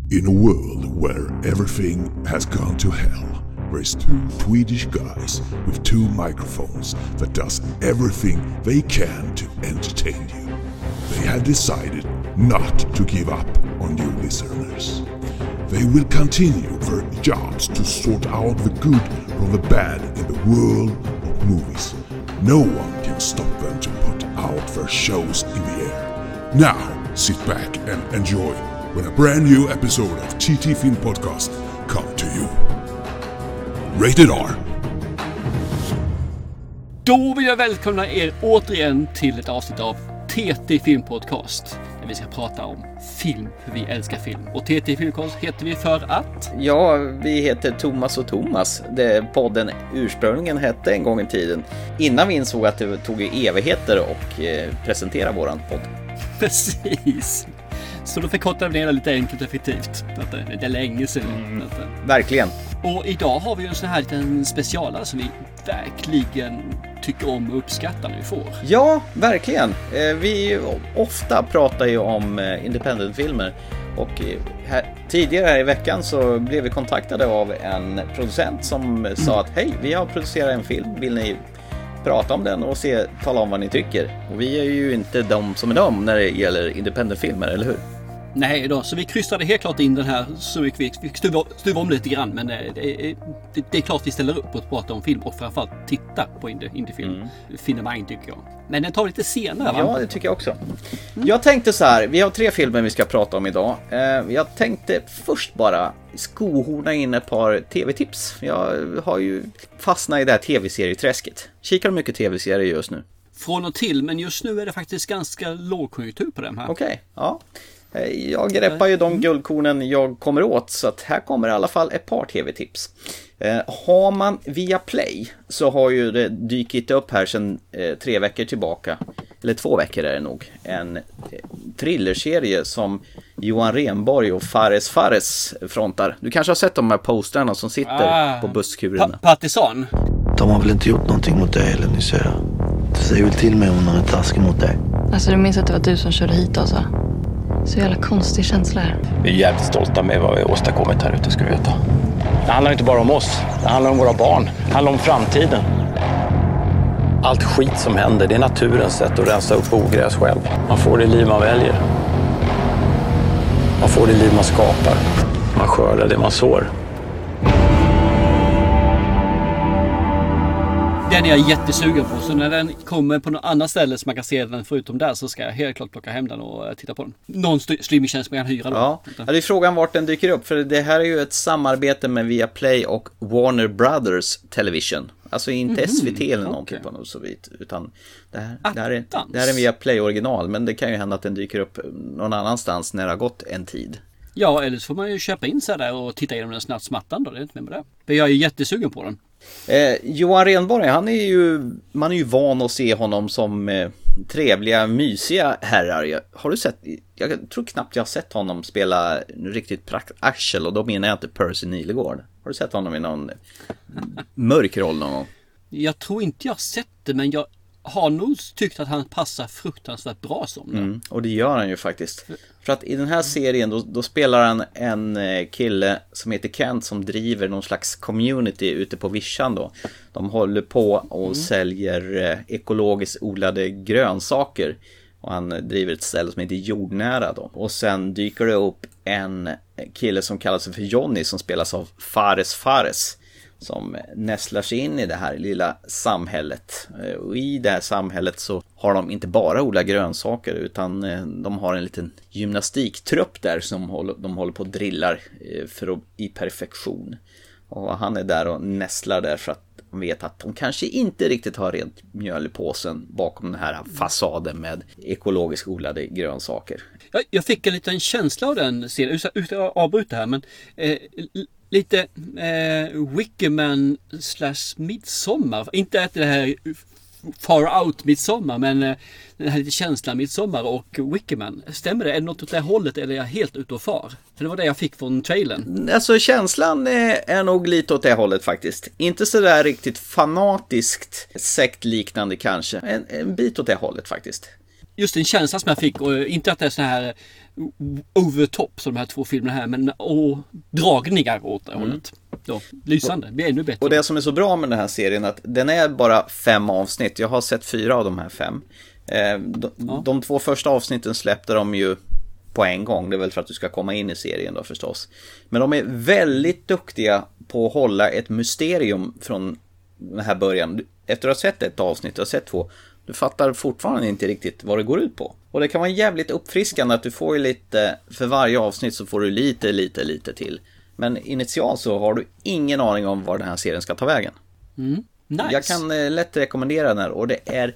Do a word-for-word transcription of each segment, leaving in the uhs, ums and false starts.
In a world where everything has gone to hell, there's two Swedish guys with two microphones that does everything they can to entertain you. They have decided not to give up on you listeners. They will continue their jobs to sort out the good from the bad in the world of movies. No one can stop them to put out their shows in the air. Now, sit back and enjoy when a brand new episode of T T Film Podcast come to you. Rated R. Då vill jag välkomna er återigen till ett avsnitt av T T Film Podcast. Där vi ska prata om film, för vi älskar film. Och T T Film Podcast heter vi för att... Ja, vi heter Thomas och Thomas. Det podden ursprungligen hette en gång i tiden. Innan vi insåg att det tog evigheter och eh, presentera våran podd. Precis. Så då förkortar vi det lite enkelt och effektivt. Det är länge sedan. Mm, verkligen. Och idag har vi ju en sån här liten specialare som vi verkligen tycker om och uppskattar när vi får. Ja, verkligen. Vi ofta pratar ju om independent-filmer. Och här, tidigare här i veckan så blev vi kontaktade av en producent som mm. sa att hej, vi har producerat en film. Vill ni prata om den och se, tala om vad ni tycker? Och vi är ju inte de som är de när det gäller independent-filmer, eller hur? Nej då, så vi kryssade helt klart in den här så vi fick stuva, stuva om lite grann, men det, det, det, det är klart vi ställer upp och pratar om film och framförallt titta på indie, indiefilm. Mm. Finemang tycker jag. Men den tar vi lite senare, va? Ja, det tycker jag också. Mm. Jag tänkte så här, vi har tre filmer vi ska prata om idag. Jag tänkte först bara skohorna in ett par tv-tips. Jag har ju fastnat i det här tv-serieträsket. Kikar du mycket tv-serier just nu? Från och till, men just nu är det faktiskt ganska lågkonjunktur på dem här. Okej, okay, ja. Jag greppar ju de guldkornen jag kommer åt, så att här kommer i alla fall ett par tv-tips. Eh, har man via Play så har ju det dykt upp här sedan eh, tre veckor tillbaka, eller två veckor är det nog, en eh, thrillerserie som Johan Renborg och Fares Fares frontar. Du kanske har sett de här posterna som sitter ah, på busskurerna. Pa- partisan. De har väl inte gjort någonting mot dig eller Nysera? Du säger väl till mig om någon är taskig mot dig? Alltså du minns att det var du som körde hit alltså? Så jävla konstig känsla här. Vi är jävligt stolta med vad vi har åstadkommit här ute, ska du veta. Det handlar inte bara om oss. Det handlar om våra barn. Det handlar om framtiden. Allt skit som händer, det är naturens sätt att rensa upp ogräs själv. Man får det liv man väljer. Man får det liv man skapar. Man skördar det man sår. Den är jag jättesugen på, så när den kommer på något annat ställe som man kan se den förutom där, så ska jag helt klart plocka hem den och titta på den. Någon st- streamingtjänst man kan hyra då. Ja. ja, det är frågan vart den dyker upp, för det här är ju ett samarbete med Viaplay och Warner Brothers Television. Alltså inte mm-hmm. S V T eller någonting okay. på något så vitt, utan det här, det här är, det här är en Viaplay original, men det kan ju hända att den dyker upp någon annanstans när det har gått en tid. Ja, eller så får man ju köpa in sig där och titta igenom den snabbt smattan då, det är inte med det. Men jag är ju jättesugen på den. Eh, Johan Renborg, han är ju, man är ju van att se honom som eh, trevliga, mysiga herrar. Jag, har du sett, jag tror knappt jag har sett honom spela riktigt praktarsel, och då menar jag inte Percy Nilegård. Har du sett honom i någon mörk roll någon gång? Jag tror inte jag har sett det, men jag har nog tyckt att han passar fruktansvärt bra som det. Mm, och det gör han ju faktiskt. För att i den här serien då, då spelar han en kille som heter Kent som driver någon slags community ute på Vischan då. De håller på och mm. säljer ekologiskt odlade grönsaker. Och han driver ett ställe som heter Jordnära då. Och sen dyker det upp en kille som kallar sig för Johnny som spelas av Fares Fares, som nästlar sig in i det här lilla samhället. Och i det här samhället så har de inte bara odla grönsaker, utan de har en liten gymnastiktrupp där som håller, de håller på och drillar för att, i perfektion. Och han är där och nästlar där för att de vet att de kanske inte riktigt har rent mjöl i påsen bakom den här fasaden med ekologiskt odlade grönsaker. Jag, jag fick en liten känsla av den serien, utan att avbryta här, men eh, lite eh, Wickerman slash Midsommar. Inte att det här Far Out Midsommar, men eh, den här lite känslan Midsommar och Wickerman. Stämmer det? Är det något åt det hållet eller är jag helt ute och far? För det var det jag fick från trailern. Alltså känslan är, är nog lite åt det hållet faktiskt. Inte så där riktigt fanatiskt sektliknande kanske. En, en bit åt det hållet faktiskt. just en känsla som jag fick, och inte att det är så här over the top som de här två filmerna här, men och dragningar åt det mm. hållet. Ja, lysande, det blir ännu bättre. Och det som är så bra med den här serien är att den är bara fem avsnitt. Jag har sett fyra av de här fem. Eh, de, ja. de två första avsnitten släppte de ju på en gång. Det är väl för att du ska komma in i serien då förstås. Men de är väldigt duktiga på att hålla ett mysterium från den här början. Efter att ha sett ett avsnitt, du har sett två, du fattar fortfarande inte riktigt vad det går ut på. Och det kan vara jävligt uppfriskande att du får ju lite, för varje avsnitt så får du lite, lite, lite till. Men initialt så har du ingen aning om var den här serien ska ta vägen. Mm, nice. Jag kan eh, lätt rekommendera den här, och det är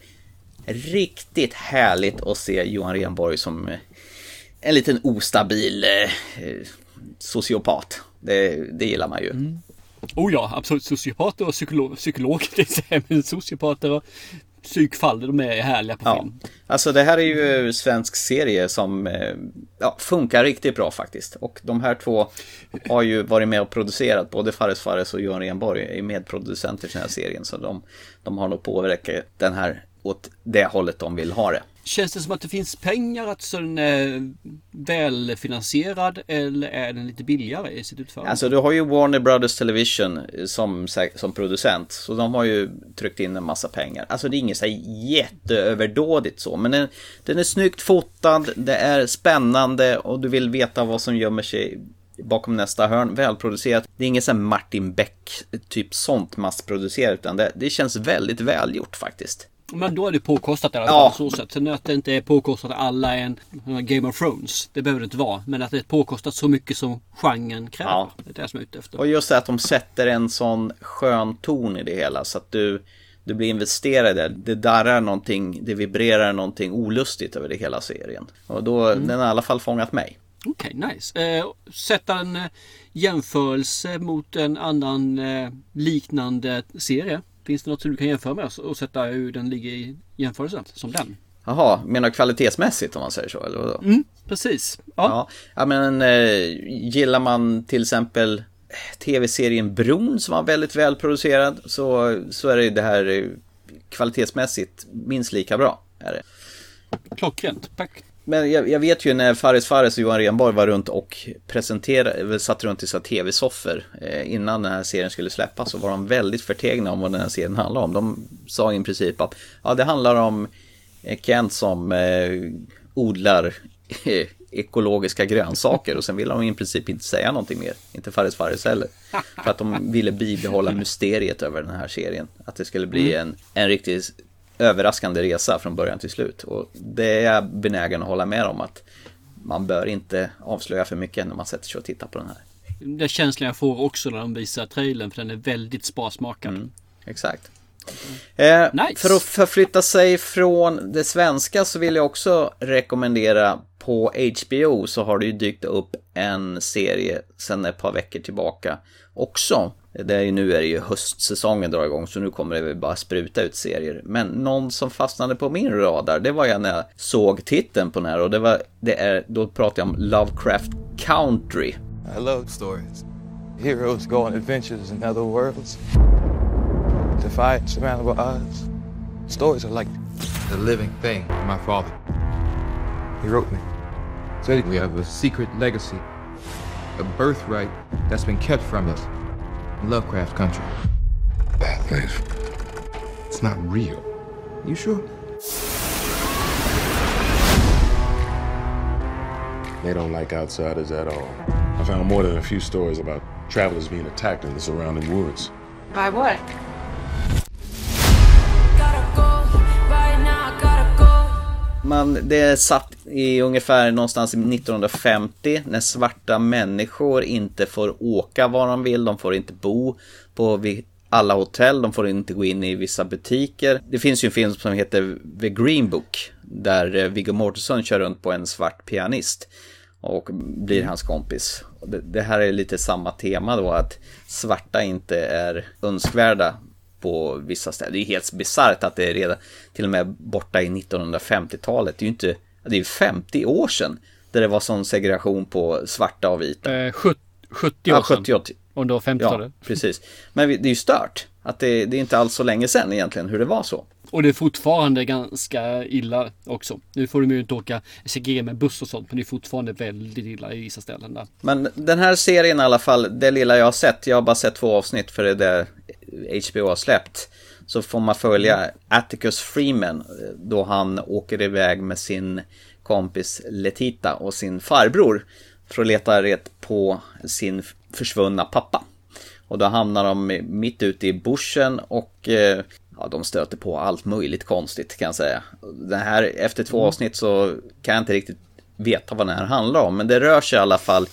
riktigt härligt att se Johan Rheborg som eh, en liten ostabil eh, sociopat. Det, det gillar man ju. Mm. Oh ja, absolut. Sociopater och psykolog, psykolog det är men sociopater och psykfall, de är härliga på film. Ja, alltså det här är ju en svensk serie som ja, funkar riktigt bra faktiskt. Och de här två har ju varit med och producerat, både Fares Fares och Johan Rheborg är medproducenter till den här serien. Så de, de har nog påverkat den här åt det hållet de vill ha det. Känns det som att det finns pengar, att så den är välfinansierad, eller är den lite billigare i sitt utförande? Alltså du har ju Warner Brothers Television som, som producent, så de har ju tryckt in en massa pengar. Alltså det är inget så här jätteöverdådigt så, men den, den är snyggt fotad, det är spännande och du vill veta vad som gömmer sig bakom nästa hörn. Välproducerat. Det är inget så här Martin Beck typ sånt massproducerat, utan det, det känns väldigt välgjort faktiskt. Men då är det påkostat i alla fall, ja. Så sätt. Sen att det inte är påkostat alla är en Game of Thrones, det behöver det inte vara. Men att det är påkostat så mycket som genren kräver. Ja. Det är det som är ute efter. Och just det att de sätter en sån skön ton i det hela, så att du, du blir investerad där. Det darrar någonting, det vibrerar någonting olustigt över det hela serien. Och då mm. den har i alla fall fångat mig. Okej, okay, nice. Eh, sätta en eh, jämförelse mot en annan eh, liknande serie. Finns det något som du kan jämföra med oss och sätta hur den ligger i jämförelse som den? Jaha, menar kvalitetsmässigt om man säger så, eller vadå? Mm, precis. Ja. Ja, ja men eh, gillar man till exempel tv-serien Bron som var väldigt välproducerad, så, så är det det här eh, kvalitetsmässigt minst lika bra. Är det. Klockrent, tack. Men jag, jag vet ju när Fares Fares och Johan Rheborg var runt och presenterade, satt runt i så tv-soffer eh, innan den här serien skulle släppas, så var de väldigt förtegna om vad den här serien handlar om. De sa i princip att ja, det handlar om eh, Kent som eh, odlar eh, ekologiska grönsaker, och sen ville de i princip inte säga någonting mer. Inte Fares Fares heller. För att de ville bibehålla mysteriet över den här serien. Att det skulle bli en, en riktigt överraskande resa från början till slut. Och det är jag benägen att hålla med om, att man bör inte avslöja för mycket när man sätter sig och tittar på den här. Det känslan jag får också när de visar trailern, för den är väldigt sparsmakad. Mm, exakt. Eh, nice. För att förflytta sig från det svenska så vill jag också rekommendera, på H B O så har det ju dykt upp en serie sedan ett par veckor tillbaka också. Det är ju, nu är det ju höstsäsongen drar igång, så nu kommer det bara spruta ut serier. Men någon som fastnade på min radar, det var jag när jag såg titeln på den här, och det var, det är, då pratar jag om Lovecraft Country. I love stories. Heroes go on adventures in other worlds. Defy surmountable odds. Stories are like the living thing. My father, he wrote me. Said we have a secret legacy, a birthright that's been kept from us. Lovecraft Country. That place, it's not real. You sure? They don't like outsiders at all. I found more than a few stories about travelers being attacked in the surrounding woods. By what? Man, det är satt i ungefär någonstans i nittonhundrafemtio, när svarta människor inte får åka var de vill, de får inte bo på alla hotell, de får inte gå in i vissa butiker. Det finns ju en film som heter The Green Book, där Viggo Mortensen kör runt på en svart pianist och blir hans kompis. Det, det här är lite samma tema då, att svarta inte är önskvärda på vissa ställen. Det är helt bisarrt att det är redan till och med borta i nittonhundrafemtiotalet. Det är ju inte, det är femtio år sedan där det var sån segregation på svarta och vita. Eh, sjuttio år ja, sedan. sjuttio Och då femtiotalet. Ja, precis. Men det är ju stört att det, det är inte alls så länge sedan egentligen hur det var så. Och det är fortfarande ganska illa också. Nu får de ju inte åka C G med buss och sånt, men det är fortfarande väldigt illa i vissa ställen där. Men den här serien i alla fall, det lilla jag har sett, jag har bara sett två avsnitt för det där H B O har släppt. Så får man följa Atticus Freeman då han åker iväg med sin kompis Letita och sin farbror för att leta rätt på sin försvunna pappa. Och då hamnar de mitt ute i bushen och eh, ja, de stöter på allt möjligt konstigt kan jag säga. Det här, efter två avsnitt så kan jag inte riktigt veta vad den här handlar om. Men det rör sig i alla fall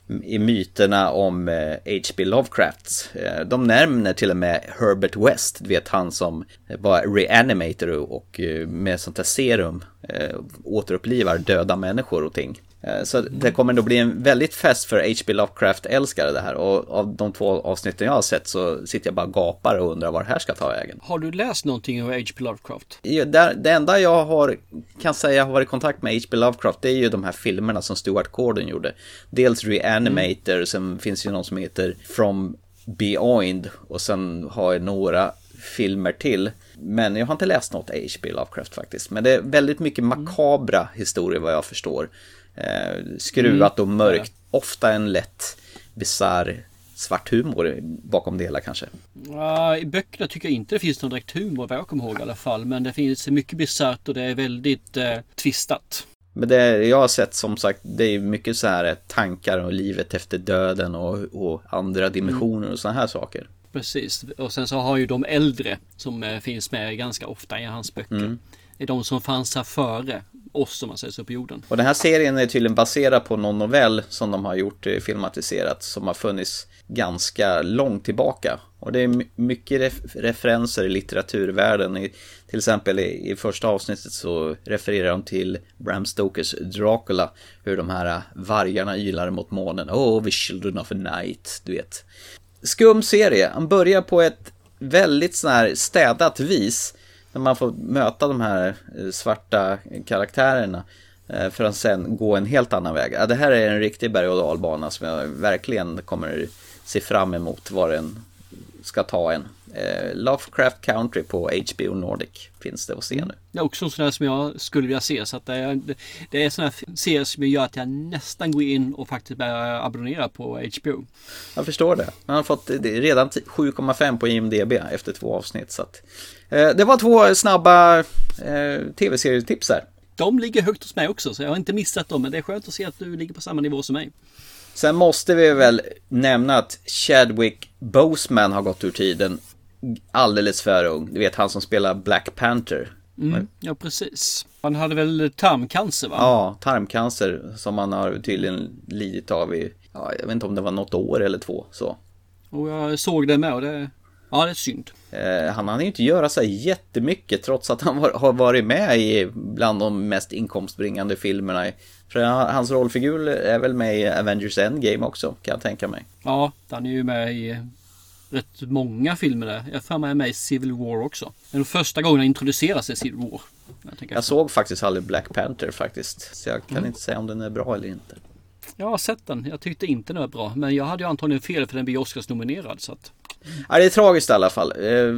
i myterna om eh, H P Lovecrafts. Eh, de nämner till och med Herbert West, du vet han som var reanimator och eh, med sånt här serum eh, återupplivar döda människor och ting. Så det kommer nog bli en väldigt fest för H P Lovecraft-älskare det här. Och av de två avsnitten jag har sett så sitter jag bara och gapar och undrar var det här ska ta vägen. Har du läst någonting om H P Lovecraft? Det, det enda jag har, kan säga har varit i kontakt med H P Lovecraft, det är ju de här filmerna som Stuart Gordon gjorde. Dels Reanimator, mm. sen finns ju någon som heter From Beyond och sen har jag några filmer till. Men jag har inte läst något H P Lovecraft faktiskt. Men det är väldigt mycket makabra mm. historier vad jag förstår. Eh, skruvat mm. och mörkt. Ofta en lätt bizarr svart humor bakom det hela kanske. Uh, I böckerna tycker jag inte det finns någon direkt humor vad jag kommer ihåg i alla fall. Men det finns mycket bizarrt och det är väldigt uh, twistat. Men det jag har sett som sagt, det är mycket så här tankar om livet efter döden och, och andra dimensioner mm. och såna här saker. Precis, och sen så har ju de äldre som uh, finns med ganska ofta i hans böcker. Mm. Det är de som fanns här före oss som man säger så på jorden. Och den här serien är tydligen baserad på någon novell som de har gjort filmatiserat som har funnits ganska långt tillbaka. Och det är mycket ref- referenser i litteraturvärlden. I, till exempel i, i första avsnittet så refererar de till Bram Stokers Dracula. Hur de här vargarna ylar mot månen. Oh, the children of a night, du vet. Skum serie. Han börjar på ett väldigt sån här städat vis. När man får möta de här svarta karaktärerna för att sen gå en helt annan väg. Ja, det här är en riktig berg- och dalbana som jag verkligen kommer se fram emot vad den ska ta en. Eh, Lovecraft Country på H B O Nordic finns det att se nu. Det är också en sån där som jag skulle vilja se. Så att det, är, det är sån här serier som gör att jag nästan går in och faktiskt börjar abonnera på H B O. Jag förstår det. Man har fått redan sju komma fem på I M D B efter två avsnitt. Så att, eh, det var två snabba eh, tv-serietips här. De ligger högt hos mig också så jag har inte missat dem. Men det är skönt att se att du ligger på samma nivå som mig. Sen måste vi väl nämna att Chadwick Boseman har gått ur tiden alldeles för ung. Du vet han som spelar Black Panther. Mm, ja, precis. Han hade väl tarmcancer va? Ja, tarmcancer som han har tydligen lidit av i, ja, jag vet inte om det var något år eller två. Så. Och jag såg det med och det, ja, det är synd. Eh, han hann ju inte göra så jättemycket trots att han var, har varit med i bland de mest inkomstbringande filmerna. För hans rollfigur är väl med i Avengers Endgame också, kan jag tänka mig. Ja, han är ju med i rätt många filmer där. Jag får med mig i Civil War också. Men första gången han introduceras i Civil War. Jag, jag såg faktiskt aldrig Black Panther faktiskt. Så jag kan mm. inte säga om den är bra eller inte. Jag har sett den. Jag tyckte inte den var bra. Men jag hade ju antagligen fel för den blev Oscars-nominerad. Så att... ja, det är tragiskt i alla fall. Eh,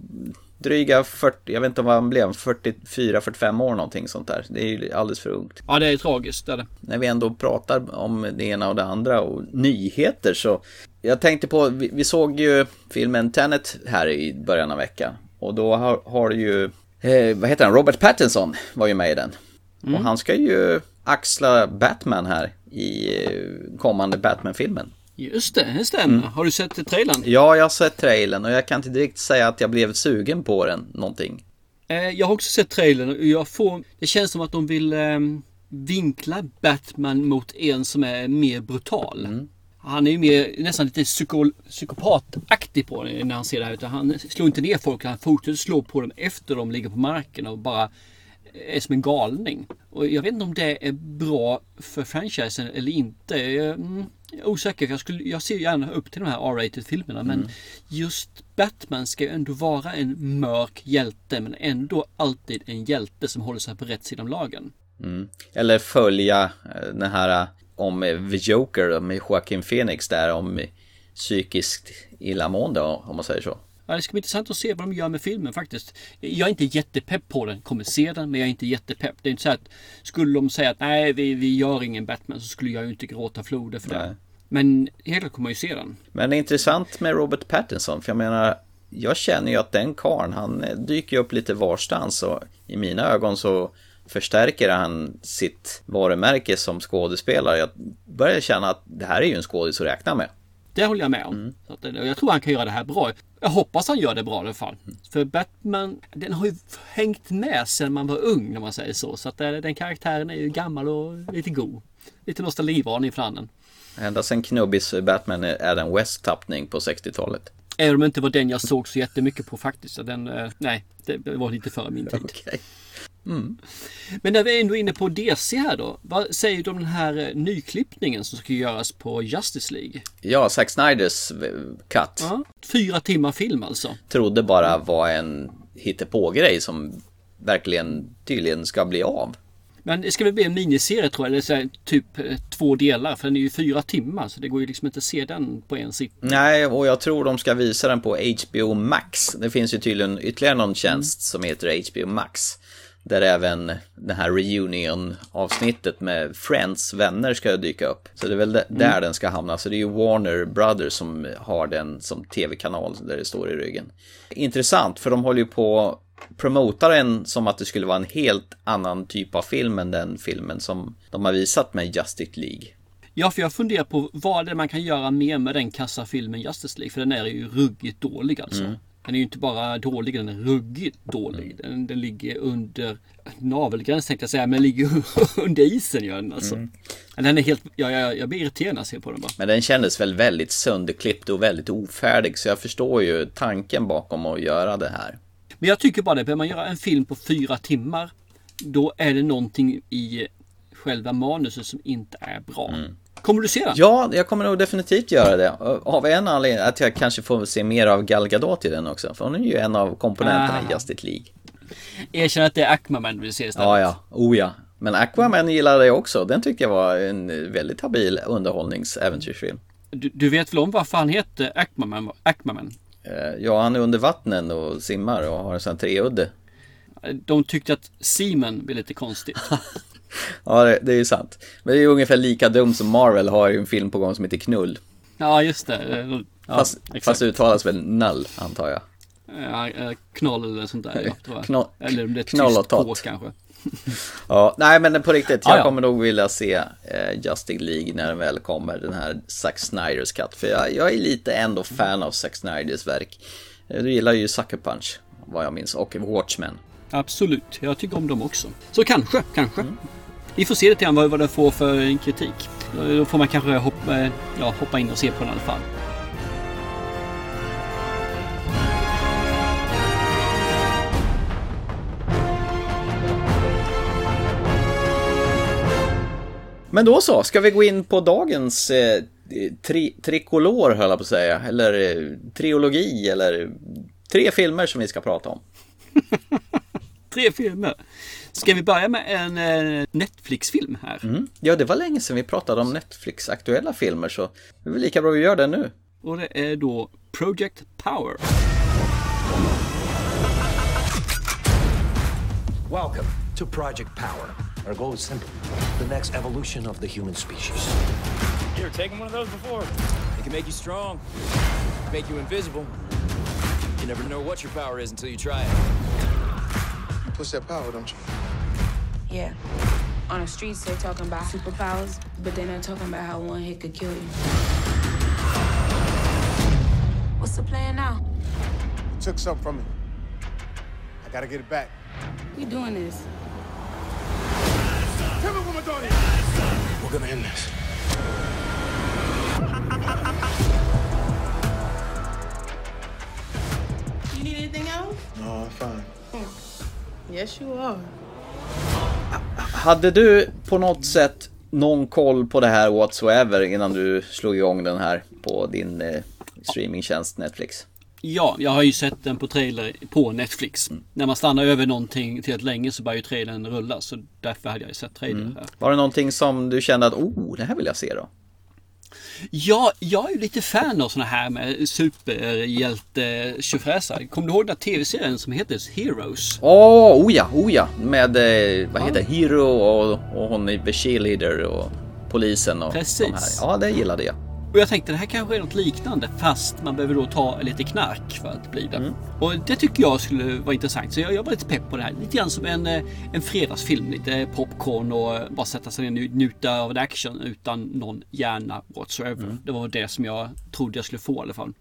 dryga fyrtio, jag vet inte vad han blev, fyrtiofyra fyrtiofem år någonting sånt där. Det är ju alldeles för ungt. Ja, det är tragiskt. Det är det. När vi ändå pratar om det ena och det andra och nyheter så... jag tänkte på, vi, vi såg ju filmen Tenet här i början av veckan. Och då har, har ju, eh, vad heter han, Robert Pattinson var ju med i den. Mm. Och han ska ju axla Batman här i kommande Batman-filmen. Just det, det stämmer. Mm. Har du sett trailern? Ja, jag har sett trailern och jag kan inte direkt säga att jag blev sugen på den någonting. Eh, jag har också sett trailern och jag får, det känns som att de vill eh, vinkla Batman mot en som är mer brutal. Mm. Han är ju mer, nästan lite psyko, psykopataktig på det när han ser det här. Utan han slår inte ner folk, han fortsätter slå på dem efter de ligger på marken och bara är som en galning. Och jag vet inte om det är bra för franchisen eller inte. Jag är mm, osäker. Jag, skulle, jag ser gärna upp till de här R-rated filmerna. Men mm. just Batman ska ju ändå vara en mörk hjälte. Men ändå alltid en hjälte som håller sig på rätt sida om lagen. Mm. Eller följa den här... om The Joker med Joaquin Phoenix där om psykiskt illamående om man säger så. Ja, det ska bli intressant att se vad de gör med filmen faktiskt. Jag är inte jättepepp på den. Kommer se den, men jag är inte jättepepp. Det är inte så att skulle de säga att nej, vi, vi gör ingen Batman, så skulle jag ju inte gråta floder för det. Men helt klart kommer jag ju se den. Men det är intressant med Robert Pattinson, för jag menar, jag känner ju att den karln, han dyker upp lite varstans, och i mina ögon så förstärker han sitt varumärke som skådespelare. Jag börjar känna att det här är ju en skådis att räkna med. Det håller jag med om. Mm. Så att, jag tror han kan göra det här bra. Jag hoppas han gör det bra i alla fall. Mm. För Batman, den har ju hängt med sedan man var ung, när man säger så. Så att den karaktären är ju gammal och lite god. Lite nostalgivarning från den. Ända sen Knubbis Batman är Adam West-tappning på sextiotalet. Även om det inte var den jag såg så jättemycket på faktiskt. Så den, nej, det var lite före min tid. Okay. Mm. Men när vi är ändå inne på D C här då, vad säger du om den här nyklippningen som ska göras på Justice League? Ja, Zack Snyders cut. Ja, fyra timmar film alltså. Trodde bara var en hittepå-grej som verkligen tydligen ska bli av. Men det ska väl bli en miniserie tror jag, eller så här, typ två delar, för den är ju fyra timmar, så det går ju liksom inte att se den på en sittning. Nej, och jag tror de ska visa den på H B O Max. Det finns ju tydligen ytterligare någon tjänst mm. som heter H B O Max, där även det här reunion-avsnittet med Friends vänner ska dyka upp. Så det är väl där mm. den ska hamna. Så det är ju Warner Brothers som har den som tv-kanal där det står i ryggen. Intressant, för de håller ju på promotar den som att det skulle vara en helt annan typ av film än den filmen som de har visat med Justice League. Ja, för jag funderar på vad det man kan göra mer med den kassafilmen Justice League, för den är ju ruggigt dålig alltså. Mm. Den är ju inte bara dålig, den är ruggigt dålig. Den, den ligger under navelgräns tänkte jag säga, men ligger under isen gör den alltså. Mm. Den är helt, ja, jag, jag blir irriterad när jag ser på den bara. Men den kändes väl väldigt sönderklippt och väldigt ofärdig, så jag förstår ju tanken bakom att göra det här. Men jag tycker bara det, behöver man göra en film på fyra timmar, då är det någonting i själva manuset som inte är bra. Mm. Kommer du se den? Ja, jag kommer nog definitivt göra det. Av en anledning att jag kanske får se mer av Gal Gadot i den också. För hon är ju en av komponenterna ah. i Justice League. Erkänn att det är Aquaman du vill se istället. Ja, ja. Oh ja. Men Aquaman gillade jag också. Den tycker jag var en väldigt habil underhållningsäventyrsfilm. Du, du vet väl om varför han heter Aquaman? Aquaman? Ja, han är under vattnen och simmar och har en sån treudde. De tyckte att Seaman blir lite konstigt. Ja, det, det är ju sant. Men det är ju ungefär lika dumt som Marvel har ju en film på gång som heter Knull. Ja, just det. Ja, fast, fast det uttalas väl null, antar jag. Ja, knoll eller sånt där. Ja, tror jag. Knoll, eller om det är knoll och på kanske. Ja, nej men på riktigt, jag ah, ja. kommer nog vilja se eh, Justice League när den väl kommer, den här Zack Snyders cut. För jag, jag är lite ändå fan av Zack Snyders verk. Du gillar ju Sucker Punch, vad jag minns, och Watchmen. Absolut, jag tycker om dem också. Så kanske, kanske. Mm. Vi får se lite grann vad, vad det får för kritik. Då får man kanske hoppa, ja, hoppa in och se på den i alla fall. Men då så, ska vi gå in på dagens eh, tri- trikolor höll jag på att säga. Eller eh, triologi, eller tre filmer som vi ska prata om. Tre filmer. Ska vi börja med en eh, Netflix-film här? Mm. Ja, det var länge sedan vi pratade om Netflix-aktuella filmer, så det är väl lika bra vi gör det nu. Och det är då Project Power. Welcome to Project Power. Our goal is simple. The next evolution of the human species. You ever taken one of those before? It can make you strong, make you invisible. You never know what your power is until you try it. You push that power, don't you? Yeah. On the streets, they're talking about superpowers, but they're not talking about how one hit could kill you. What's the plan now? You took something from me. I gotta get it back. We doing this. Tell me what we're doing. We're gonna end this. You need anything else? No, I'm fine. Hmm. Yes, you are. Hade du på något sätt någon koll på det här whatsoever innan du slog igång den här på din eh, streamingtjänst Netflix? Ja, jag har ju sett den på trailer på Netflix. Mm. När man stannar över någonting till ett länge så börjar ju trailern rulla. Så därför hade jag ju sett trailer mm. här. Var det någonting som du kände att, oh, det här vill jag se då? Ja, jag är ju lite fan av såna här med superhjälte-tjofräsar. Kommer du ihåg den tv-serien som heter Heroes? Åh, oh, oh ja, oh ja. Med, eh, vad heter ja. Hero och, och hon är cheerleader och polisen och Precis. De här. Ja, det gillade jag. Och jag tänkte det här kanske är något liknande fast man behöver då ta lite knark för att bli det. Mm. Och det tycker jag skulle vara intressant. Så jag, jag var lite pepp på det här. Lite grann som en, en fredagsfilm. Lite popcorn och bara sätta sig ner och njuta av en action utan någon hjärna whatsoever. Mm. Det var det som jag trodde jag skulle få i alla fall.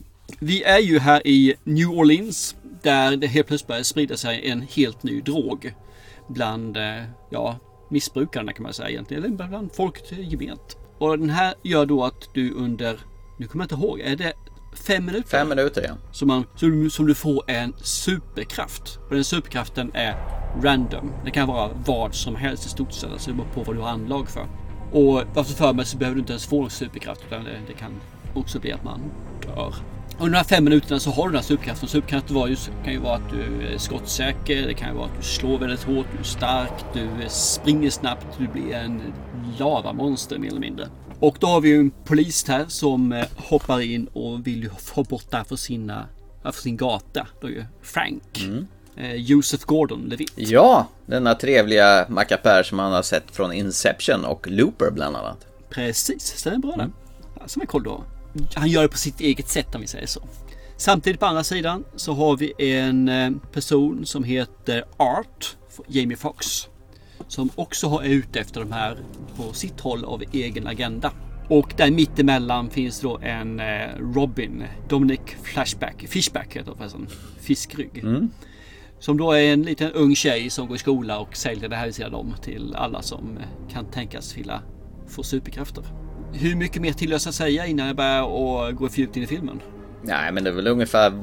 Vi är ju här i New Orleans där det helt plötsligt börjar sprida sig en helt ny drog. Bland ja, missbrukarna kan man säga egentligen. Eller bland folk gement. Och den här gör då att du under, nu kommer jag inte ihåg, är det fem minuter? Fem minuter, ja. Som, man, som, som du får en superkraft. Och den superkraften är random. Det kan vara vad som helst i stort sett. Alltså på vad du har anlag för. Och varför för mig så behöver du inte ens få en superkraft. Utan det, det kan också bli att man dör. Och under de här fem minuterna så har du den här superkraften. Superkraften var ju, kan ju vara att du är skottsäker. Det kan ju vara att du slår väldigt hårt. Du är stark. Du springer snabbt. Du blir en lavamonster mer eller mindre. Och då har vi ju en polis här som hoppar in och vill ju få bort det här för, sina, för sin gata. Då är ju Frank. Mm. Eh, Joseph Gordon-Levitt. Ja, denna trevliga mackapär som man har sett från Inception och Looper bland annat. Precis, stämmer bra mm. där. Som är koll då. Han gör det på sitt eget sätt om vi säger så. Samtidigt på andra sidan så har vi en person som heter Art, Jamie Foxx. Som också har ute efter de här på sitt håll av egen agenda. Och där mittemellan finns då en Robin, Dominic Flashback, Fishback heter det förresten, Fiskrygg. Mm. Som då är en liten ung tjej som går i skola och säljer det här sidan om till alla som kan tänkas vilja få superkrafter. Hur mycket mer till jag ska säga innan jag börjar och gå för djupt in i filmen? Nej, men det är väl ungefär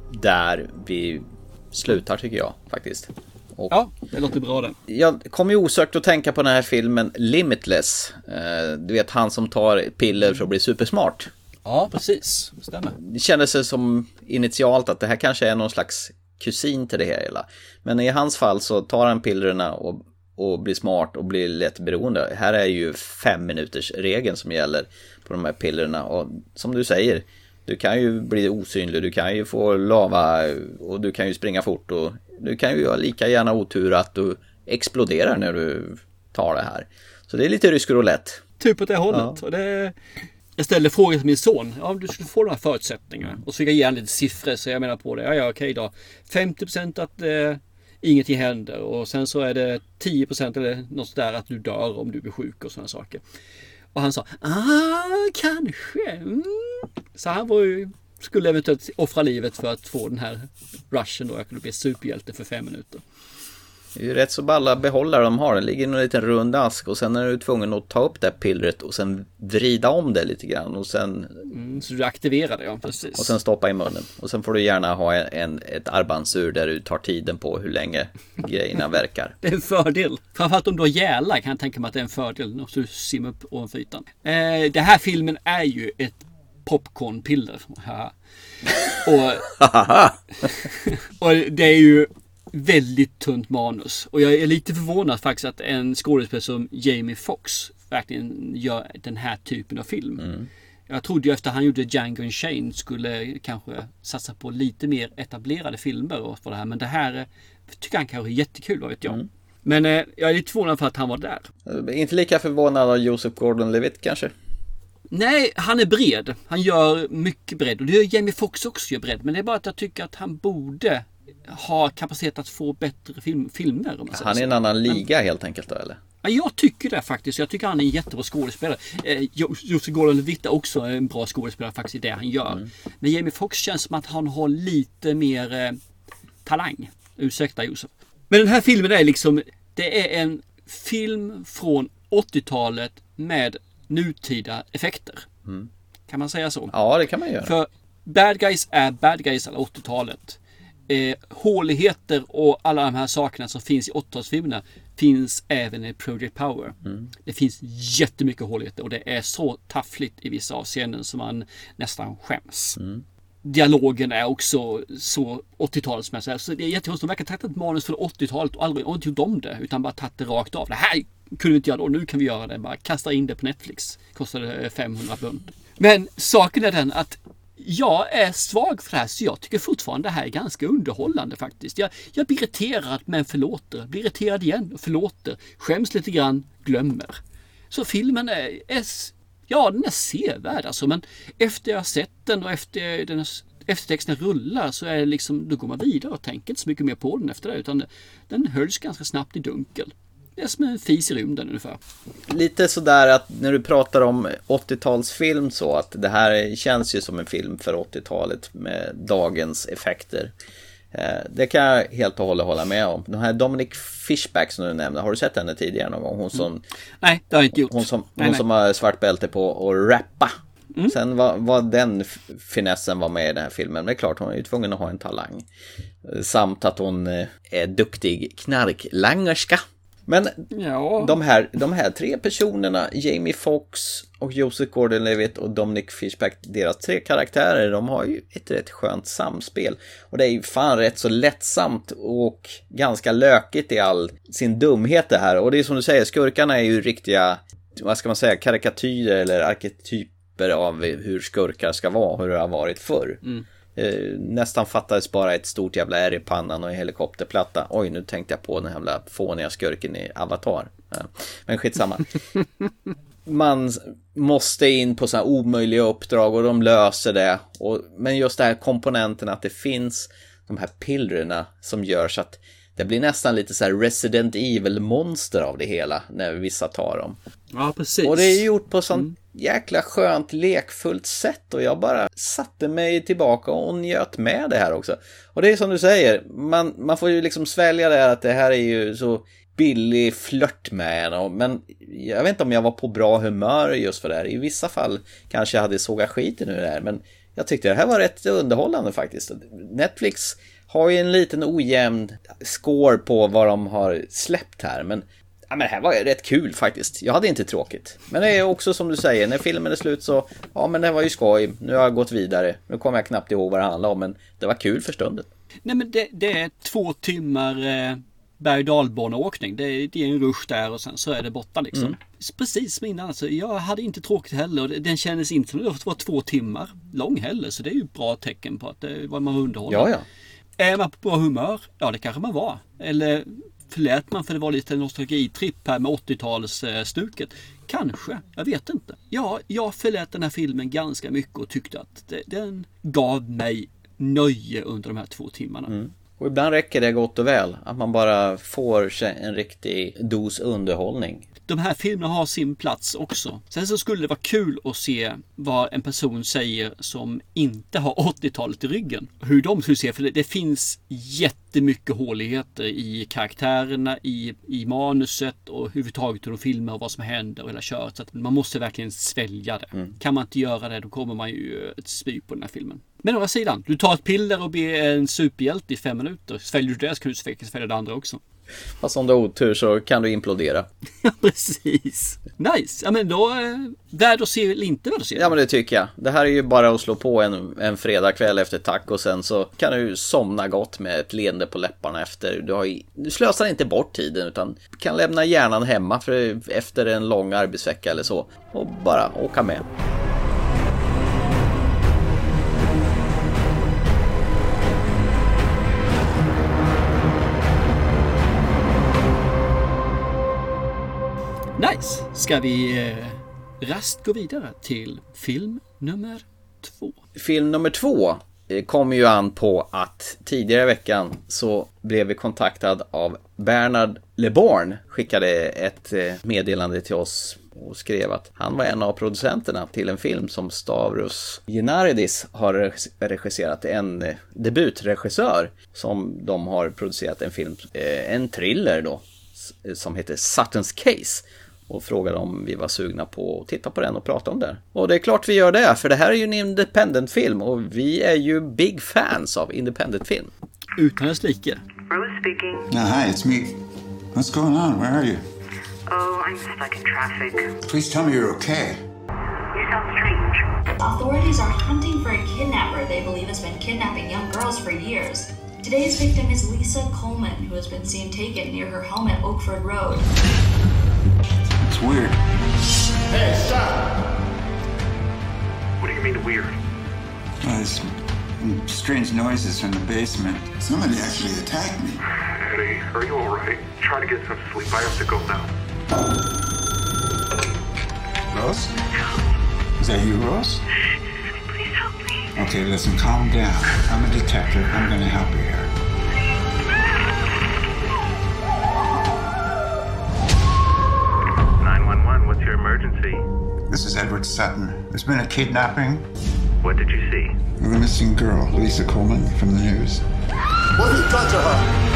där vi slutar tycker jag faktiskt. Och ja, det låter bra det. Jag kommer ju osökt att tänka på den här filmen Limitless. Du vet han som tar piller för att bli supersmart. Ja, precis. Det stämmer. Det kändes som initialt att det här kanske är någon slags kusin till det hela. Men i hans fall så tar han pillerna och och blir smart och blir lätt beroende. Här är ju fem minuters regeln som gäller på de här pillerna. Och som du säger, du kan ju bli osynlig, du kan ju få lava och du kan ju springa fort. Och du kan ju ha lika gärna otur att du exploderar när du tar det här. Så det är lite rysk roulette. Typ åt det hållet. Ja. Och det... Jag ställde frågan till min son. Ja, du skulle få de här förutsättningarna. Och så fick jag ge han lite siffror så jag menar på det. Ja, ja okej då. femtio procent att... Eh... ingenting händer och sen så är det tio procent eller något där att du dör om du blir sjuk och sådana saker. Och han sa, ah, kanske. Mm. Så han var ju, skulle eventuellt offra livet för att få den här rushen då. Jag kunde bli superhjälte för fem minuter. Det är ju rätt så balla behållare de har. Det ligger i en liten rund ask och sen är du tvungen att ta upp det pillret och sen vrida om det lite grann och sen... Mm, så du aktiverar det, ja, precis. Och sen stoppa i munnen. Och sen får du gärna ha en, ett armbandsur där du tar tiden på hur länge grejerna verkar. Det är en fördel. Framförallt om du har gälar kan jag tänka mig att det är en fördel när du simmar upp ovanför ytan. Eh, det här filmen är ju ett popcornpiller. och, och det är ju väldigt tunt manus. Och jag är lite förvånad faktiskt att en skådespelare som Jamie Foxx verkligen gör den här typen av film. Mm. Jag trodde ju efter han gjorde Django Unchained skulle kanske satsa på lite mer etablerade filmer och för det här. Men det här tycker han kanske är jättekul, vad vet jag. Mm. Men eh, jag är lite förvånad för att han var där. Inte lika förvånad av Joseph Gordon-Levitt kanske? Nej, han är bred. Han gör mycket bredd. Och det gör Jamie Foxx också gör bredd. Men det är bara att jag tycker att han borde ha kapacitet att få bättre film, filmer. Om man han är en annan liga helt enkelt då, eller? Ja, jag tycker det faktiskt. Jag tycker han är en jättebra skådespelare. Eh, Joseph Gordon-Levitt är också en bra skådespelare faktiskt i det han gör. Mm. Men Jamie Foxx känns som att han har lite mer eh, talang. Ursäkta Josef. Men den här filmen är liksom, det är en film från åttiotalet med nutida effekter. Mm. Kan man säga så? Ja, det kan man göra. För bad guys är bad guys alla åttiotalet. Eh, håligheter och alla de här sakerna som finns i åttiotalsfilmerna finns även i Project Power. Mm. Det finns jättemycket håligheter och det är så taffligt i vissa avseenden som man nästan skäms. Mm. Dialogen är också så åttiotalsmässig. Så det är jättekonstigt. De verkar ha tagit ett manus från åttiotalet och aldrig och inte gjort om det utan bara tagit det rakt av. Det här kunde vi inte göra då. Nu kan vi göra det. Bara kasta in det på Netflix. Kostade femhundra pund. Men saken är den att jag är svag för det här, så jag tycker fortfarande det här är ganska underhållande faktiskt. Jag, jag blir irriterad men förlåter. Blir irriterad igen och förlåter. Skäms lite grann, glömmer. Så filmen är, är ja, den är sevärd alltså, men efter jag har sett den och efter den eftertexten rullar så är det liksom, då går man vidare och tänker inte så mycket mer på den efter det, utan den hölls ganska snabbt i dunkel. Det är som en fis i rymden ungefär. Lite sådär att när du pratar om åttiotalsfilm så att det här känns ju som en film för åttiotalet med dagens effekter. Det kan jag helt och hållet hålla med om. Den här Dominic Fishback som du nämnde, har du sett henne tidigare någon gång? Hon som, mm. Nej, det har jag inte gjort. Hon som, nej, hon nej. som har svart bälte på att rappa. Mm. Sen var, var den finessen var med i den här filmen. Men det är klart, hon är ju tvungen att ha en talang. Samt att hon är duktig knarklangerska. Men ja. de, här, de här tre personerna, Jamie Foxx och Joseph Gordon-Levitt och Dominic Fishback, deras tre karaktärer, de har ju ett rätt skönt samspel. Och det är ju fan rätt så lättsamt och ganska lökigt i all sin dumhet det här. Och det är som du säger, skurkarna är ju riktiga, vad ska man säga, karikatyrer eller arketyper av hur skurkar ska vara, hur det har varit förr. Mm. Eh, nästan fattades bara ett stort jävla ärr i pannan och en helikopterplatta. Oj, nu tänkte jag på den jävla fåniga skurken i Avatar. Ja. Men skitsamma. Man måste in på sådana omöjliga uppdrag och de löser det. Och, men just det här komponenten att det finns de här pillrerna som gör så att det blir nästan lite så här Resident Evil-monster av det hela när vissa tar dem. Ja, precis. Och det är gjort på sånt mm. jäkla skönt, lekfullt sätt. Och jag bara satte mig tillbaka och njöt med det här också. Och det är som du säger, man, man får ju liksom svälja det här att det här är ju så billig flört med en. Men jag vet inte om jag var på bra humör just för det här. I vissa fall kanske jag hade sågat skiten ur det här. Men jag tyckte det här var rätt underhållande faktiskt. Netflix har ju en liten ojämn score på vad de har släppt här. Men, ja, men det här var ju rätt kul faktiskt. Jag hade inte tråkigt. Men det är också som du säger, när filmen är slut så, ja men det var ju skoj. Nu har jag gått vidare. Nu kommer jag knappt ihåg vad det handlar om, men det var kul för stunden. Nej, men det, det är två timmar eh, berg- och dalbaneåkning. Det, det är en rush där och sen så är det borta liksom. Mm. Precis som innan. Alltså, jag hade inte tråkigt heller. Och den kändes inte som det var två timmar lång heller. Så det är ju ett bra tecken på att det var man underhåller. Ja, ja. Är man på bra humör? Ja, det kanske man var. Eller förlät man för det var lite nostalgitripp här med åttiotalsstuket? Kanske, jag vet inte. Ja, jag förlät den här filmen ganska mycket och tyckte att det, den gav mig nöje under de här två timmarna. Mm. Och ibland räcker det gott och väl att man bara får sig en riktig dos underhållning. De här filmerna har sin plats också. Sen så skulle det vara kul att se vad en person säger som inte har åttiotalet i ryggen. Hur de skulle se, för det, det finns jättemycket håligheter i karaktärerna, i, i manuset och överhuvudtaget hur de filmar och vad som händer och hela köret. Så att man måste verkligen svälja det. Mm. Kan man inte göra det, då kommer man ju ett spy på den här filmen. Men å andra sidan, du tar ett piller och blir en superhjälte i fem minuter. Sväljer du det så kan du säkert svälja det andra också. Fast om du har otur så kan du implodera. Ja, precis. Nice. Ja, men då är värd att se eller inte värd att se. Ja, men det tycker jag. Det här är ju bara att slå på en, en fredagkväll efter tack och sen så kan du somna gott med ett leende på läpparna efter. Du, har ju, du slösar inte bort tiden utan kan lämna hjärnan hemma för efter en lång arbetsvecka eller så och bara åka med. Nice. Ska vi eh, rast gå vidare till film nummer två? Film nummer två kommer ju an på att tidigare i veckan så blev vi kontaktad av Bernard LeBorn. Skickade ett meddelande till oss och skrev att han var en av producenterna till en film som Stavros Genaridis har regisserat. En debutregissör som de har producerat en film, en thriller då, som heter Sutton's Case. Och frågade om vi var sugna på att titta på den och prata om det. Och det är klart vi gör det, för det här är ju en independent-film. Och vi är ju big fans av independent-film. Utan dess like. Rose speaking. Uh, hi, it's me. What's going on? Where are you? Oh, I'm stuck in traffic. Please tell me you're okay. You sound strange. Authorities are hunting for a kidnapper they believe has been kidnapping young girls for years. Today's victim is Lisa Coleman, who has been seen taken near her home at Oakford Road. It's weird. Hey, stop! What do you mean weird? Well, there's some strange noises from the basement. Somebody actually attacked me. Eddie, are you alright? Try to get some sleep. I have to go now. Rose? Is that you, Rose? Please help me. Okay, listen, calm down. I'm a detective. I'm gonna help you here. nine one one, what's your emergency? This is Edward Sutton. There's been a kidnapping. What did you see? Of a missing girl, Lisa Coleman, from the news. What have you done to her?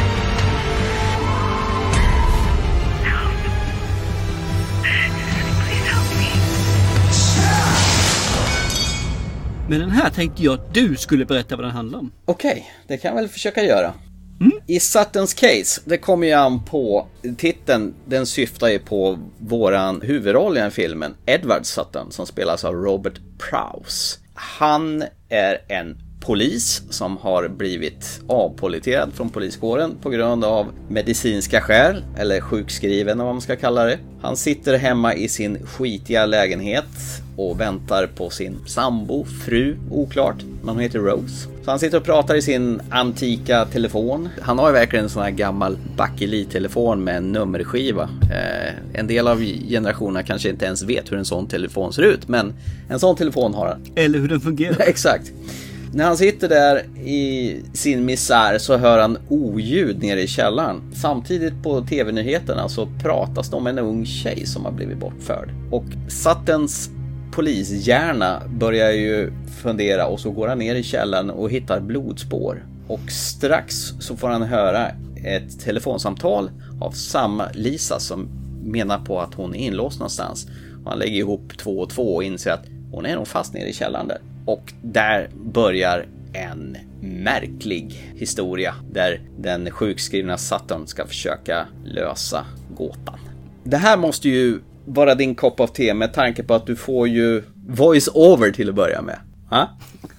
Men den här tänkte jag att du skulle berätta vad den handlar om. Okej, okay, det kan jag väl försöka göra. Mm. I Suttons case, det kommer ju an på titeln, den syftar ju på våran huvudroll i den filmen, Edward Sutton, som spelas av Robert Prowse. Han är en polis som har blivit avpoliterad från poliskåren på grund av medicinska skäl, eller sjukskriven vad man ska kalla det. Han sitter hemma i sin skitiga lägenhet och väntar på sin sambo, fru, oklart, men hon heter Rose. Så han sitter och pratar i sin antika telefon. Han har ju verkligen en sån här gammal bakelit-telefon med en nummerskiva. Eh, en del av generationerna kanske inte ens vet hur en sån telefon ser ut, men en sån telefon har han. Eller hur den fungerar. Exakt. När han sitter där i sin misär så hör han oljud nere i källaren. Samtidigt på tv-nyheterna så pratas det om en ung tjej som har blivit bortförd. Och Suttons polishjärna börjar ju fundera och så går han ner i källaren och hittar blodspår. Och strax så får han höra ett telefonsamtal av samma Lisa som menar på att hon är inlåst någonstans. Och han lägger ihop två och två och inser att hon är nog fast nere i källaren där. Och där börjar en märklig historia där den sjukskrivna Sutton ska försöka lösa gåtan. Det här måste ju vara din kopp av te med tanke på att du får ju voice over till att börja med. Ha?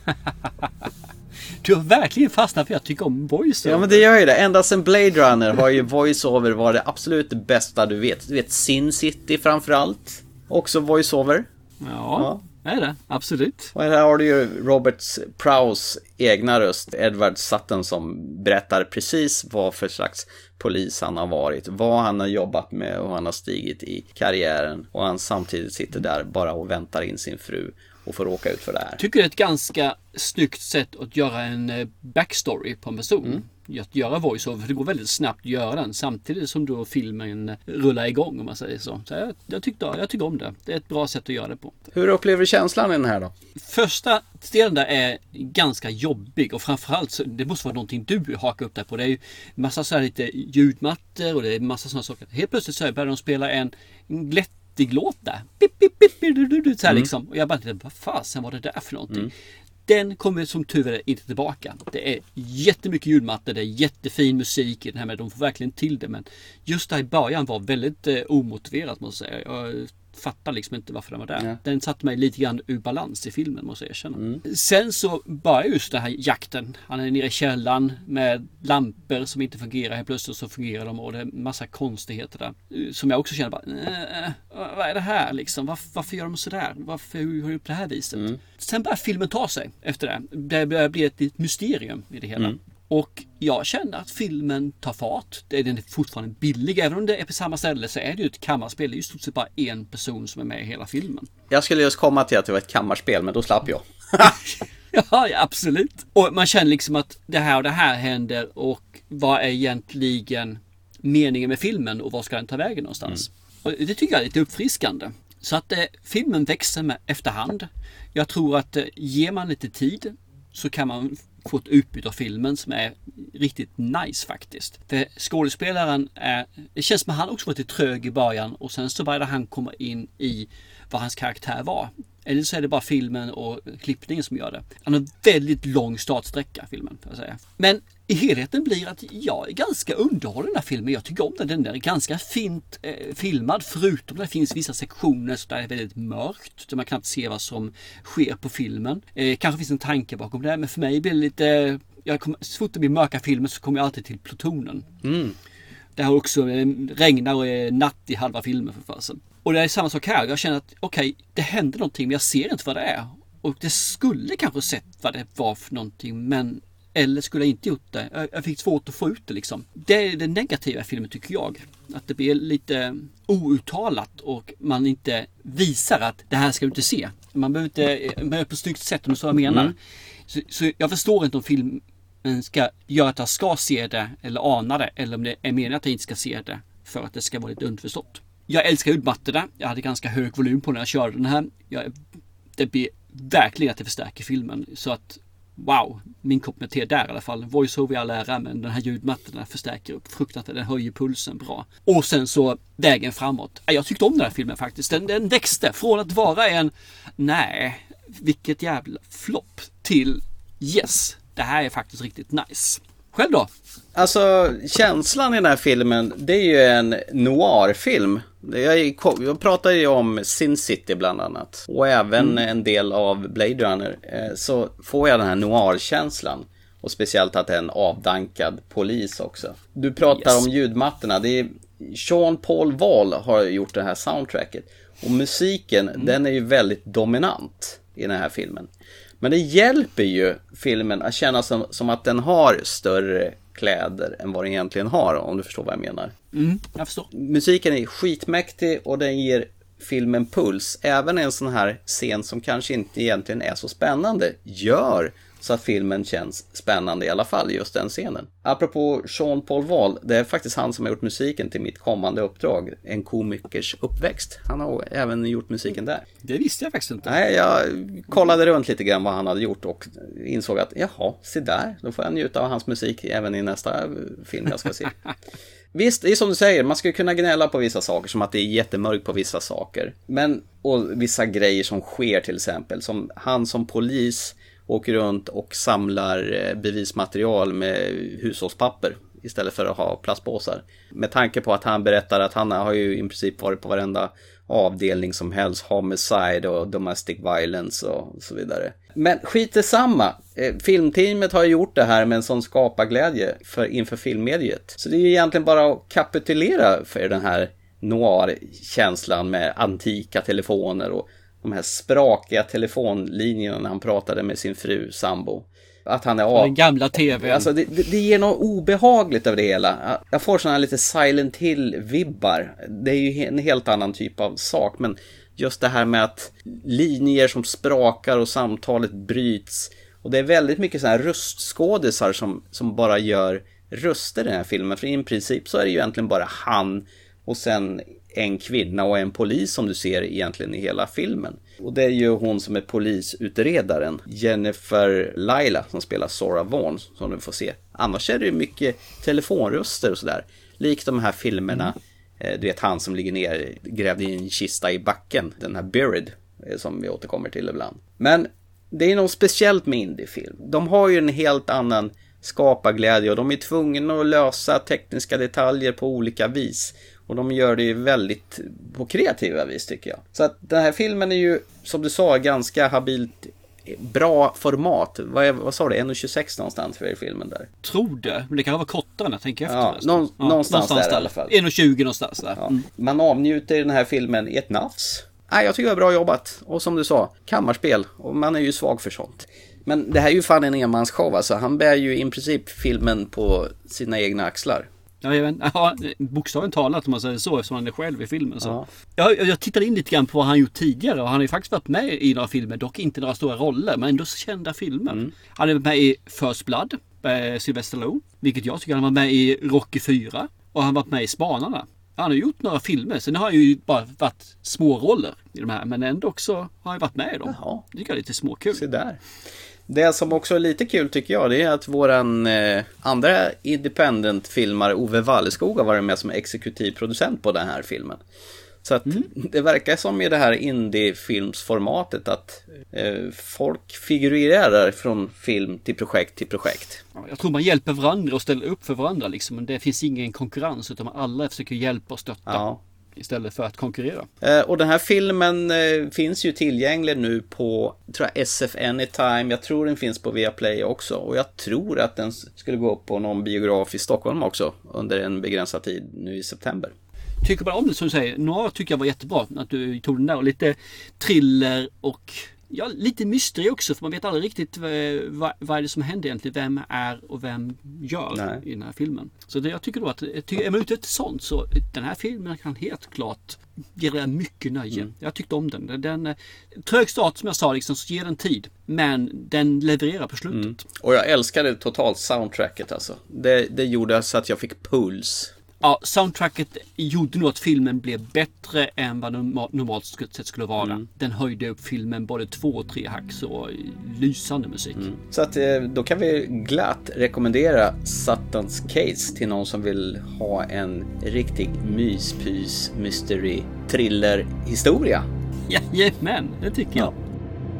Du har verkligen fastnat för att jag tycker om voice over. Ja, men det gör ju det. Ända sedan Blade Runner har ju voice over varit det absolut bästa du vet. Du vet Sin City framförallt. Också voice over. Ja. ja. Är det, absolut. Och här har du ju Robert Prowse egna röst, Edward Sutton, som berättar precis vad för slags polis han har varit, vad han har jobbat med och han har stigit i karriären. Och han samtidigt sitter där bara och väntar in sin fru och får åka ut för det här. Tycker det är ett ganska snyggt sätt att göra en backstory på en person. Mm. Att göra voice-over, för det går väldigt snabbt att göra den samtidigt som då filmen rullar igång, om man säger så. Så jag, jag, tyckte, jag tycker om det. Det är ett bra sätt att göra det på. Hur upplever du känslan i den här då? Första delen där är ganska jobbig och framförallt så det måste vara någonting du hakar upp där på. Det är ju massa så här lite ljudmattor och det är massa sådana saker. Helt plötsligt så börjar de spela en glättig låt där. Pip, pip, pip, så här mm. liksom. Och jag bara tänkte, vad fasen var det där för någonting? Mm. Den kommer som tur är inte tillbaka. Det är jättemycket ljudmattor, det är jättefin musik i den här, men de får verkligen till det. Men just där i början var väldigt eh, omotiverat, måste jag säga. Jag fattar liksom inte varför den var där. Ja. Den satte mig lite grann ur balans i filmen, måste jag erkänna. Mm. Sen så börjar just den här jakten. Han är nere i källaren med lampor som inte fungerar. Helt plötsligt så fungerar de och det är massa konstigheter där. Som jag också känner bara, äh, vad är det här liksom? Varför, varför gör de sådär? Varför hur har de på det här viset? Mm. Sen börjar filmen ta sig efter det. Det börjar bli ett, ett mysterium i det hela. Mm. Och jag känner att filmen tar fart. Den är fortfarande billig. Även om det är på samma ställe så är det ju ett kammarspel. Det är ju stort sett bara en person som är med i hela filmen. Jag skulle just komma till att det var ett kammarspel, men då slapp jag. Ja, ja, absolut. Och man känner liksom att det här och det här händer. Och vad är egentligen meningen med filmen och vad ska den ta vägen någonstans? Mm. Och det tycker jag är lite uppfriskande. Så att eh, filmen växer med efterhand. Jag tror att eh, ger man lite tid så kan man få ett utbyte av filmen som är riktigt nice faktiskt. För skådespelaren är, det känns som att han också var lite trög i början och sen så började han komma in i vad hans karaktär var. Eller så är det bara filmen och klippningen som gör det. Han har väldigt lång startsträcka, filmen, får jag säga. Men i helheten blir att jag är ganska underhållen den här filmen. Jag tycker om den. Den är ganska fint eh, filmad. Förutom att det finns vissa sektioner så där det är väldigt mörkt. Så man kan inte se vad som sker på filmen. Eh, kanske finns en tanke bakom det. Men för mig blir det lite... Jag kommer, så fort det blir mörka filmer så kommer jag alltid till Plutonen. Mm. Det har också regnar och är natt i halva filmen för fasen. Och det är samma sak här. Jag känner att okej, okay, det händer någonting men jag ser inte vad det är. Och det skulle kanske sett vad det var för någonting, men eller skulle jag inte gjort det. Jag fick svårt att få ut det liksom. Det är det negativa i filmen tycker jag. Att det blir lite outtalat och man inte visar att det här ska du inte se. Man behöver inte, man är på snyggt sätt om det så jag menar. Mm. Så, så jag förstår inte om filmen ska göra att jag ska se det eller ana det. Eller om det är meningen att jag inte ska se det för att det ska vara lite underförstått. Jag älskar ljudmattorna. Jag hade ganska hög volym på när jag körde den här. Jag, det blir verkligen att det förstärker filmen. Så att wow, min kopp med te där i alla fall. Voice-over i all ära, men den här ljudmattorna förstärker upp fruktansvärt. Den höjer pulsen bra. Och sen så vägen framåt. Jag tyckte om den här filmen faktiskt. Den, den växte från att vara en nej, vilket jävla flopp till yes, det här är faktiskt riktigt nice. Själv då? Alltså, känslan i den här filmen, det är ju en noir-film. Jag, jag pratar ju om Sin City bland annat. Och även mm. en del av Blade Runner. Så får jag den här noir-känslan. Och speciellt att det är en avdankad polis också. Du pratar yes. om ljudmattorna. Det är Sean Paul Wall har gjort det här soundtracket. Och musiken, mm. den är ju väldigt dominant i den här filmen. Men det hjälper ju filmen att känna som, som att den har större kläder än vad den egentligen har, om du förstår vad jag menar. Mm, jag förstår. Musiken är skitmäktig och den ger filmen puls. Även en sån här scen som kanske inte egentligen är så spännande gör så att filmen känns spännande i alla fall, just den scenen. Apropå Sean Paul Wall, det är faktiskt han som har gjort musiken till mitt kommande uppdrag, En komikers uppväxt. Han har även gjort musiken där. Det visste jag faktiskt inte. Nej, jag kollade runt lite grann vad han hade gjort och insåg att jaha, se där, då får jag njuta av hans musik även i nästa film jag ska se. Visst, det är som du säger, man skulle kunna gnälla på vissa saker, som att det är jättemörkt på vissa saker. Men, och vissa grejer som sker till exempel, som han som polis åker runt och samlar bevismaterial med hushållspapper istället för att ha plastpåsar. Med tanke på att han berättar att han har ju i princip varit på varenda avdelning som helst, homicide och domestic violence och så vidare. Men skit är samma. Filmteamet har gjort det här med en sån skaparglädje för, inför filmmediet. Så det är ju egentligen bara att kapitulera för den här noir-känslan med antika telefoner och de här sprakiga telefonlinjerna när han pratade med sin fru, sambo. Att han är av... Den gamla tvn. Alltså det, det, det ger något obehagligt över det hela. Jag får sådana här lite Silent Hill-vibbar. Det är ju en helt annan typ av sak. Men just det här med att linjer som sprakar och samtalet bryts. Och det är väldigt mycket sådana här röstskådisar som, som bara gör röster i den här filmen. För i princip så är det ju egentligen bara han och sen en kvinna och en polis som du ser egentligen i hela filmen. Och det är ju hon som är polisutredaren, Jennifer Lila, som spelar Sora Vaughn, som du får se. Annars är det ju mycket telefonröster och sådär. Likt de här filmerna, mm. du vet han som ligger ner, grävde i en kista i backen, den här Buried, som vi återkommer till ibland. Men det är något speciellt med indiefilm. De har ju en helt annan skaparglädje och de är tvungna att lösa tekniska detaljer på olika vis. Och de gör det ju väldigt på kreativa vis tycker jag. Så att den här filmen är ju, som du sa, ganska habilt bra format. Vad, är, vad sa du? en tjugosex någonstans för filmen där? Tror det. Men det kan vara kortare när jag tänker efter. Ja, någon, ja, någonstans, någonstans där i alla fall. en tjugo någonstans där. Ja. Mm. Man avnjuter den här filmen i ett nafs. Nej, jag tycker det var bra jobbat. Och som du sa, kammarspel. Och man är ju svag för sånt. Men det här är ju fan en enmansshow. Alltså. Han bär ju i princip filmen på sina egna axlar. Ja, jag vet, ja, bokstavligt talat om man säger så, eftersom han är själv i filmen. Så. Ja. Jag, jag tittade in lite grann på vad han gjort tidigare och han har ju faktiskt varit med i några filmer, dock inte några stora roller, men ändå kända filmer. Mm. Han är med i First Blood, med Sylvester Stallone, vilket jag tycker han var med i Rocky fyra och han var med i Spanarna. Han har gjort några filmer, sen har han ju bara varit små roller i de här, men ändå också har han varit med i dem. Jaha. Det tycker jag är lite småkul. Se där. Det som också är lite kul tycker jag, det är att våran eh, andra independent-filmare Ove Walleskog har varit med som exekutiv producent på den här filmen. Så att mm. det verkar som i det här indie-filmsformatet att eh, folk figurerar från film till projekt till projekt. Jag tror man hjälper varandra och ställer upp för varandra liksom, men det finns ingen konkurrens utan alla försöker hjälpa och stötta. Ja. istället för att konkurrera. Eh, och den här filmen eh, finns ju tillgänglig nu på, tror jag, S F Anytime. Jag tror den finns på Viaplay också. Och jag tror att den skulle gå upp på någon biograf i Stockholm också under en begränsad tid nu i september. Tycker bara om det som du säger. Några tycker jag var jättebra att du tog den där. Och lite thriller och ja, lite mystery också. För man vet aldrig riktigt vad, vad är det som händer egentligen. Vem är och vem gör Nej. i den här filmen. Så det, jag tycker då att är man ute efter sånt så den här filmen kan helt klart ge det mycket nöje. Mm. Jag tyckte om den. Den trög start som jag sa liksom, så ger den tid. Men den levererar på slutet. Mm. Och jag älskade totalt soundtracket alltså. Det, det gjorde så att jag fick puls. Ja, soundtracket gjorde nog att filmen blev bättre än vad den normalt sett skulle vara. Mm. Den höjde upp filmen både två och tre hack, så lysande musik. Mm. Så att då kan vi glatt rekommendera Sutton's Case till någon som vill ha en riktig myspys, mystery, thriller historia. Jajamän, det tycker jag. Ja.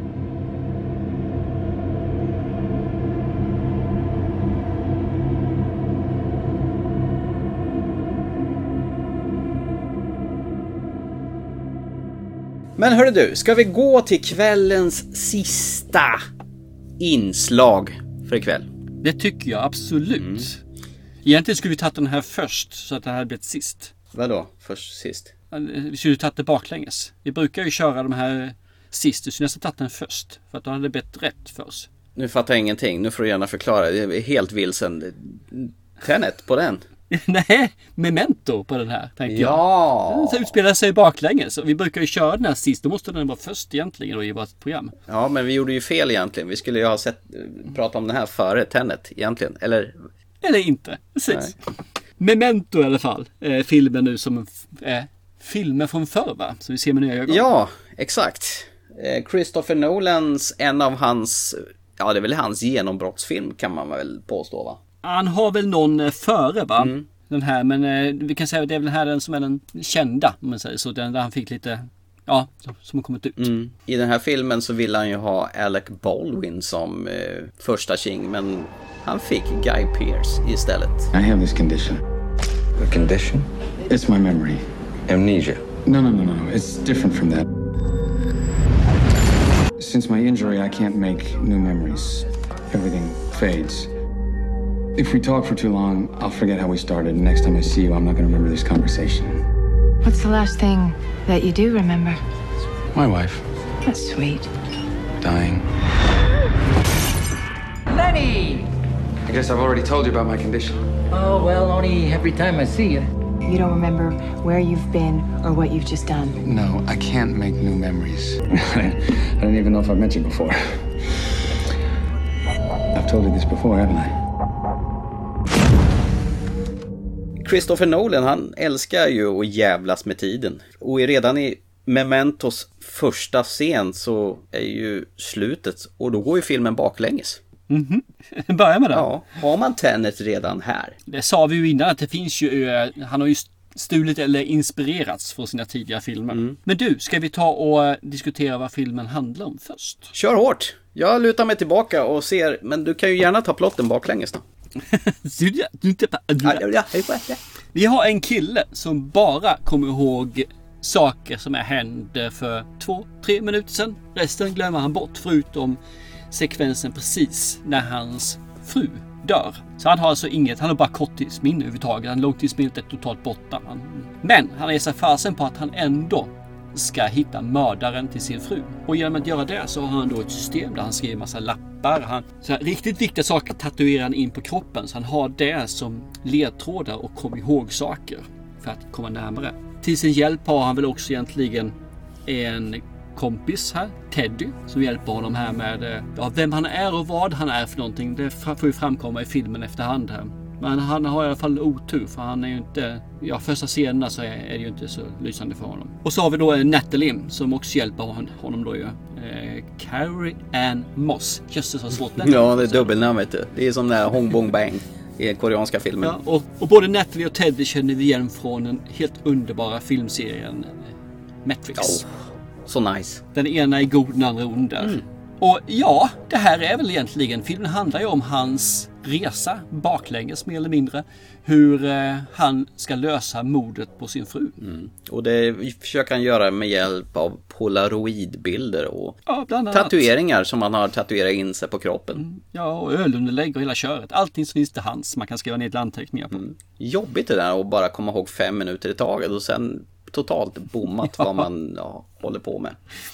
Men hörru du, ska vi gå till kvällens sista inslag för ikväll? Det tycker jag absolut. Mm. Egentligen skulle vi ta den här först så att det här blivit sist. Vadå? Först sist? Vi skulle ta det baklänges. Vi brukar ju köra de här sist. Du skulle nästan ta den först. För att då hade det blivit rätt för oss. Nu fattar jag ingenting. Nu får du gärna förklara. Det är helt vilsen. Tenet på den. Nej, Memento på den här, tänkte ja. jag. Den utspelar sig baklänges. Vi brukar ju köra den här sist. Då måste den vara först egentligen då i vårt program. Ja, men vi gjorde ju fel egentligen. Vi skulle ju ha sett, prata om den här före Tenet egentligen. Eller, Eller inte, precis. Nej. Memento i alla fall. Eh, filmen nu som eh, filmer från förr, va? Så vi ser med nya ögon. Ja, exakt. Eh, Christopher Nolans, en av hans, ja det är väl hans genombrottsfilm kan man väl påstå, va? Han har väl någon före, va? Mm. Den här, men eh, vi kan säga att det är väl här den som är den kända, om man säger så. Den där han fick lite, ja, som har kommit ut. Mm. I den här filmen så vill han ju ha Alec Baldwin som eh, första king, men han fick Guy Pearce istället. I have this condition. A condition? It's my memory. Amnesia? No, no, no, no. It's different from that. Since my injury, I can't make new memories. Everything fades. If we talk for too long, I'll forget how we started. Next time I see you, I'm not going to remember this conversation. What's the last thing that you do remember? My wife. That's sweet. Dying. Lenny! I guess I've already told you about my condition. Oh, well, only every time I see you. You don't remember where you've been or what you've just done? No, I can't make new memories. I don't even know if I've met you before. I've told you this before, haven't I? Christopher Nolan, han älskar ju att jävlas med tiden. Och redan i Mementos första scen så är ju slutet. Och då går ju filmen baklänges. Mhm. Börjar med det. Ja, har man Tenet redan här? Det sa vi ju innan att det finns ju, han har ju stulit eller inspirerats från sina tidiga filmer. Mm. Men du, ska vi ta och diskutera vad filmen handlar om först? Kör hårt. Jag lutar mig tillbaka och ser, men du kan ju gärna ta plotten baklänges då. Vi har en kille som bara kommer ihåg saker som är hände för två, tre minuter sedan. Resten glömmer han bort, förutom sekvensen precis när hans fru dör. Så han har alltså inget, han har bara korttidsminne överhuvudtaget. Han långtidsminnet är totalt borta. Men han är sig fasen på att han ändå ska hitta mördaren till sin fru. Och genom att göra det så har han då ett system där han skriver massa lappar. Han, så här, riktigt viktiga saker tatuerar han in på kroppen. Så han har det som ledtrådar och kom ihåg saker för att komma närmare. Till sin hjälp har han väl också egentligen en kompis här, Teddy, som hjälper honom här med ja, vem han är och vad han är för någonting. Det får ju framkomma i filmen efterhand här. Men han har i alla fall otur, för han är ju inte, ja, första scenerna så är det ju inte så lysande för honom. Och så har vi då Natalie som också hjälper honom då ju. Eh, Carrie Ann Moss. Just det, så svårt. Ja, det är dubbelnamnet. Det är som den här Hong Bong Bang i den koreanska filmen. Ja, och, och både Natalie och Teddy känner vi igen från den helt underbara filmserien Matrix. Oh, så nice. Den ena är god, den andra ond där. Mm. Och ja, det här är väl egentligen, filmen handlar ju om hans resa baklänges mer eller mindre. Hur eh, han ska lösa mordet på sin fru. Mm. Och det försöker han göra med hjälp av polaroidbilder och ja, bland annat tatueringar som han har tatuerat in sig på kroppen. Mm. Ja, och ölunderlägg och hela köret. Allting som finns till hands man kan skriva ner anteckningar på. Mm. Jobbigt det där att bara komma ihåg fem minuter i taget och sen totalt bommat ja. vad man ja, håller på med.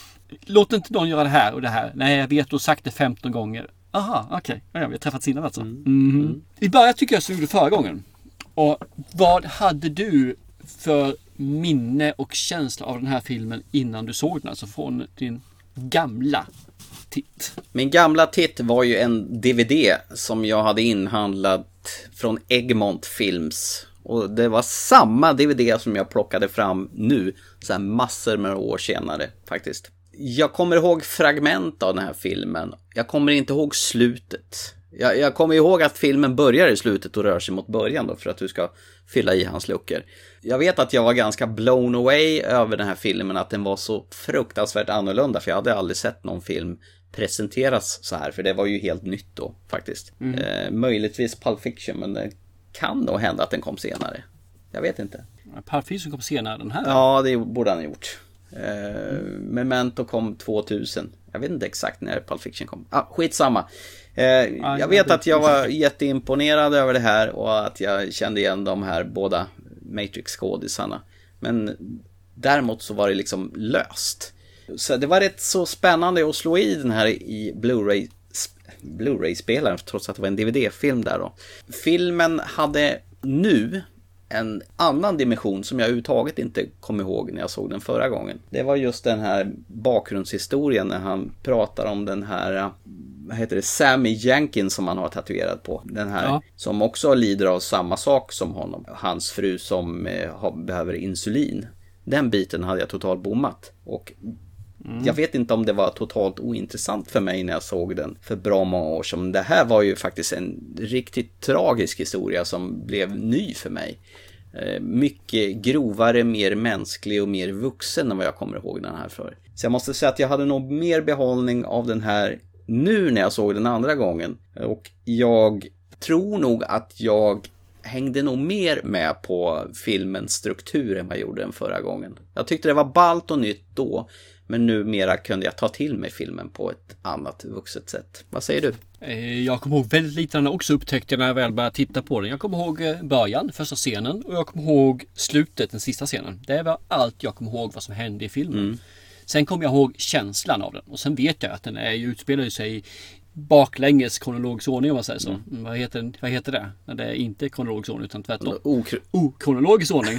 Låt inte någon göra det här och det här. Nej, jag vet, du har sagt det femton gånger. Aha, okej. Okay. Ja, vi har träffats innan alltså. Mm. Mm. Mm. I början tycker jag så gjorde förra gången. Och vad hade du för minne och känsla av den här filmen innan du såg den? Alltså från din gamla titt. Min gamla titt var ju en D V D som jag hade inhandlat från Egmont Films. Och det var samma D V D som jag plockade fram nu, så här massor med år senare faktiskt. Jag kommer ihåg fragment av den här filmen. Jag kommer inte ihåg slutet. Jag, jag kommer ihåg att filmen börjar i slutet och rör sig mot början då, för att du ska fylla i hans luckor. Jag vet att jag var ganska blown away över den här filmen, att den var så fruktansvärt annorlunda, för jag hade aldrig sett någon film presenteras så här, för det var ju helt nytt då faktiskt. Mm. Eh, möjligtvis Pulp Fiction, men det kan nog hända att den kom senare. Jag vet inte. Pulp Fiction kom senare den här? Ja, det borde han ha gjort. Eh, mm. Memento kom tvåtusen. Jag vet inte exakt när Pulp Fiction kom. Ah, skitsamma. Eh, ah, jag vet att jag var jätteimponerad över det här och att jag kände igen de här båda Matrix-skådisarna. Men däremot så var det liksom löst. Så det var rätt så spännande att slå i den här i Blu-ray Blu-ray-spelaren, trots att det var en D V D-film där då. Filmen hade nu en annan dimension som jag överhuvudtaget inte kom ihåg när jag såg den förra gången. Det var just den här bakgrundshistorien när han pratar om den här, vad heter det, Sammy Jenkins som han har tatuerat på. Den här ja. som också lider av samma sak som honom. Hans fru som eh, har, behöver insulin. Den biten hade jag totalt bommat. Och Mm. jag vet inte om det var totalt ointressant för mig när jag såg den för bra många år sedan. Det här var ju faktiskt en riktigt tragisk historia som blev ny för mig. Eh, mycket grovare, mer mänsklig och mer vuxen än vad jag kommer ihåg den här för. Så jag måste säga att jag hade nog mer behållning av den här nu när jag såg den andra gången. Och jag tror nog att jag hängde nog mer med på filmens struktur än vad jag gjorde den förra gången. Jag tyckte det var ballt och nytt då. Men numera kunde jag ta till mig filmen på ett annat vuxet sätt. Vad säger du? Jag kommer ihåg väldigt lite när jag också upptäckte när jag väl började titta på den. Jag kommer ihåg början, första scenen. Och jag kommer ihåg slutet, den sista scenen. Det var allt jag kommer ihåg vad som hände i filmen. Mm. Sen kommer jag ihåg känslan av den. Och sen vet jag att den är ju utspelar sig i baklänges kronologisk ordning, om man säger så. Mm. Vad, heter, vad heter det? När det är inte kronologisk ordning utan tvärtom. Okr- Okronologisk ordning.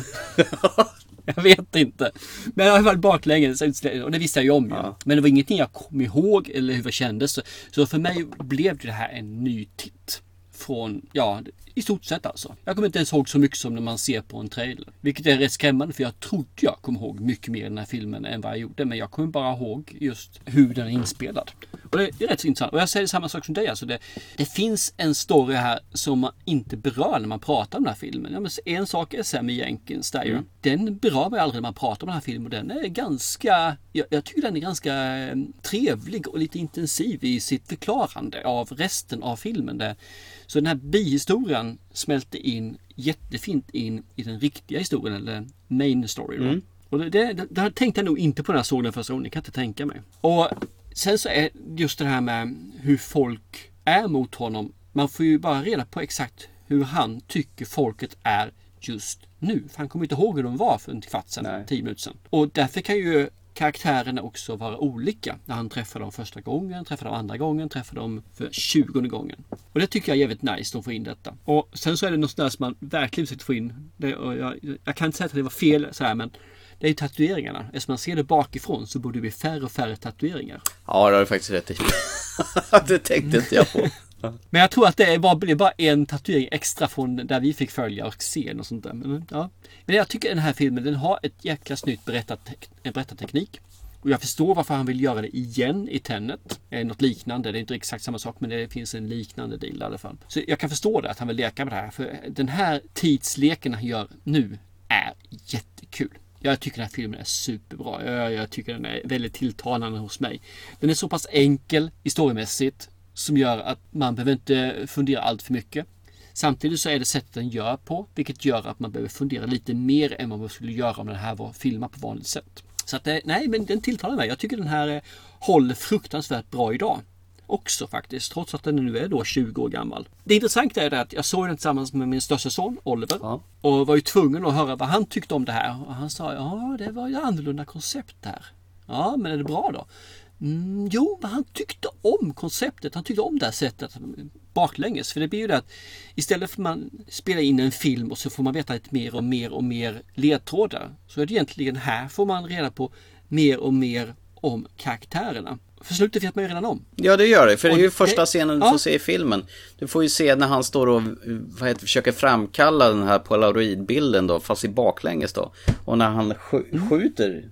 Jag vet inte. Men i alla fall baklänges, och det visste jag ju om. Ja. Men det var ingenting jag kom ihåg eller hur det kändes. Så för mig blev det här en ny titt. Från, ja, i stort sett alltså. Jag kommer inte ens ihåg så mycket som när man ser på en trailer. Vilket är rätt skrämmande, för jag trodde jag kom ihåg mycket mer i den här filmen än vad jag gjorde. Men jag kommer bara ihåg just hur den är inspelad. Och det är rätt så intressant. Och jag säger samma sak som dig. Alltså det, det finns en story här som man inte berör när man pratar om den här filmen. Ja, men en sak är Sammy Jenkins där ju. Mm. Den berör mig aldrig när man pratar om den här filmen. Och den är ganska, jag, jag tycker den är ganska trevlig och lite intensiv i sitt förklarande av resten av filmen. Där. Så den här bihistorien smälte in jättefint in i den riktiga historien, eller main story. Mm. Och det, det, det tänkte jag nog inte på när jag såg den första gången, jag kan inte tänka mig. Och sen så är just det här med hur folk är mot honom. Man får ju bara reda på exakt hur han tycker folket är just nu. För han kommer inte ihåg hur de var för en kvart sedan, tio minuter sedan. Och därför kan ju karaktärerna också vara olika. När han träffar dem första gången, träffar dem andra gången, träffar dem för tjugonde gången. Och det tycker jag är jävligt nice att få in detta. Och sen så är det något där som man verkligen försöker få in. Det, och jag, jag kan inte säga att det var fel så här, men det är ju tatueringarna. Eftersom man ser det bakifrån så borde det bli färre och färre tatueringar. Ja, det har du faktiskt rätt i. Det tänkte inte jag på. Men jag tror att det är bara, det är bara en tatuering extra från där vi fick följa och se och sånt där. Men, ja. Men jag tycker den här filmen, den har ett jäkla snyggt berättartek- en berättarteknik. Och jag förstår varför han vill göra det igen i Tenet. Eh, något liknande, det är inte exakt samma sak, men det finns en liknande deal i alla fall. Så jag kan förstå det, att han vill leka med det här. För den här tidsleken han gör nu är jättekul. Jag tycker den här filmen är superbra. Jag, jag tycker den är väldigt tilltalande hos mig. Den är så pass enkel historiemässigt. som gör att man behöver inte fundera allt för mycket. Samtidigt så är det sättet den gör på, vilket gör att man behöver fundera lite mer än vad man skulle göra om den här var filmad på vanligt sätt. Så att, nej, men den tilltalar mig. Jag tycker den här håller fruktansvärt bra idag. Också faktiskt, trots att den nu är då tjugo år gammal. Det intressanta är det att jag såg den tillsammans med min största son, Oliver. Ja. Och var ju tvungen att höra vad han tyckte om det här. Och han sa, ja det var ju annorlunda koncept där. Ja, men är det bra då? Mm, jo, men han tyckte om konceptet. Han tyckte om det här sättet baklänges. För det blir ju det att istället för att man spelar in en film och så får man veta ett mer och mer och mer ledtrådar. Så är det egentligen här får man reda på mer och mer om karaktärerna. För slutet vet man ju redan om. Ja, det gör det. För det är ju första det, scenen du ja. får se i filmen. Du får ju se när han står och vad heter, försöker framkalla den här polaroidbilden då, fast i baklänges då. Och när han sk- mm. skjuter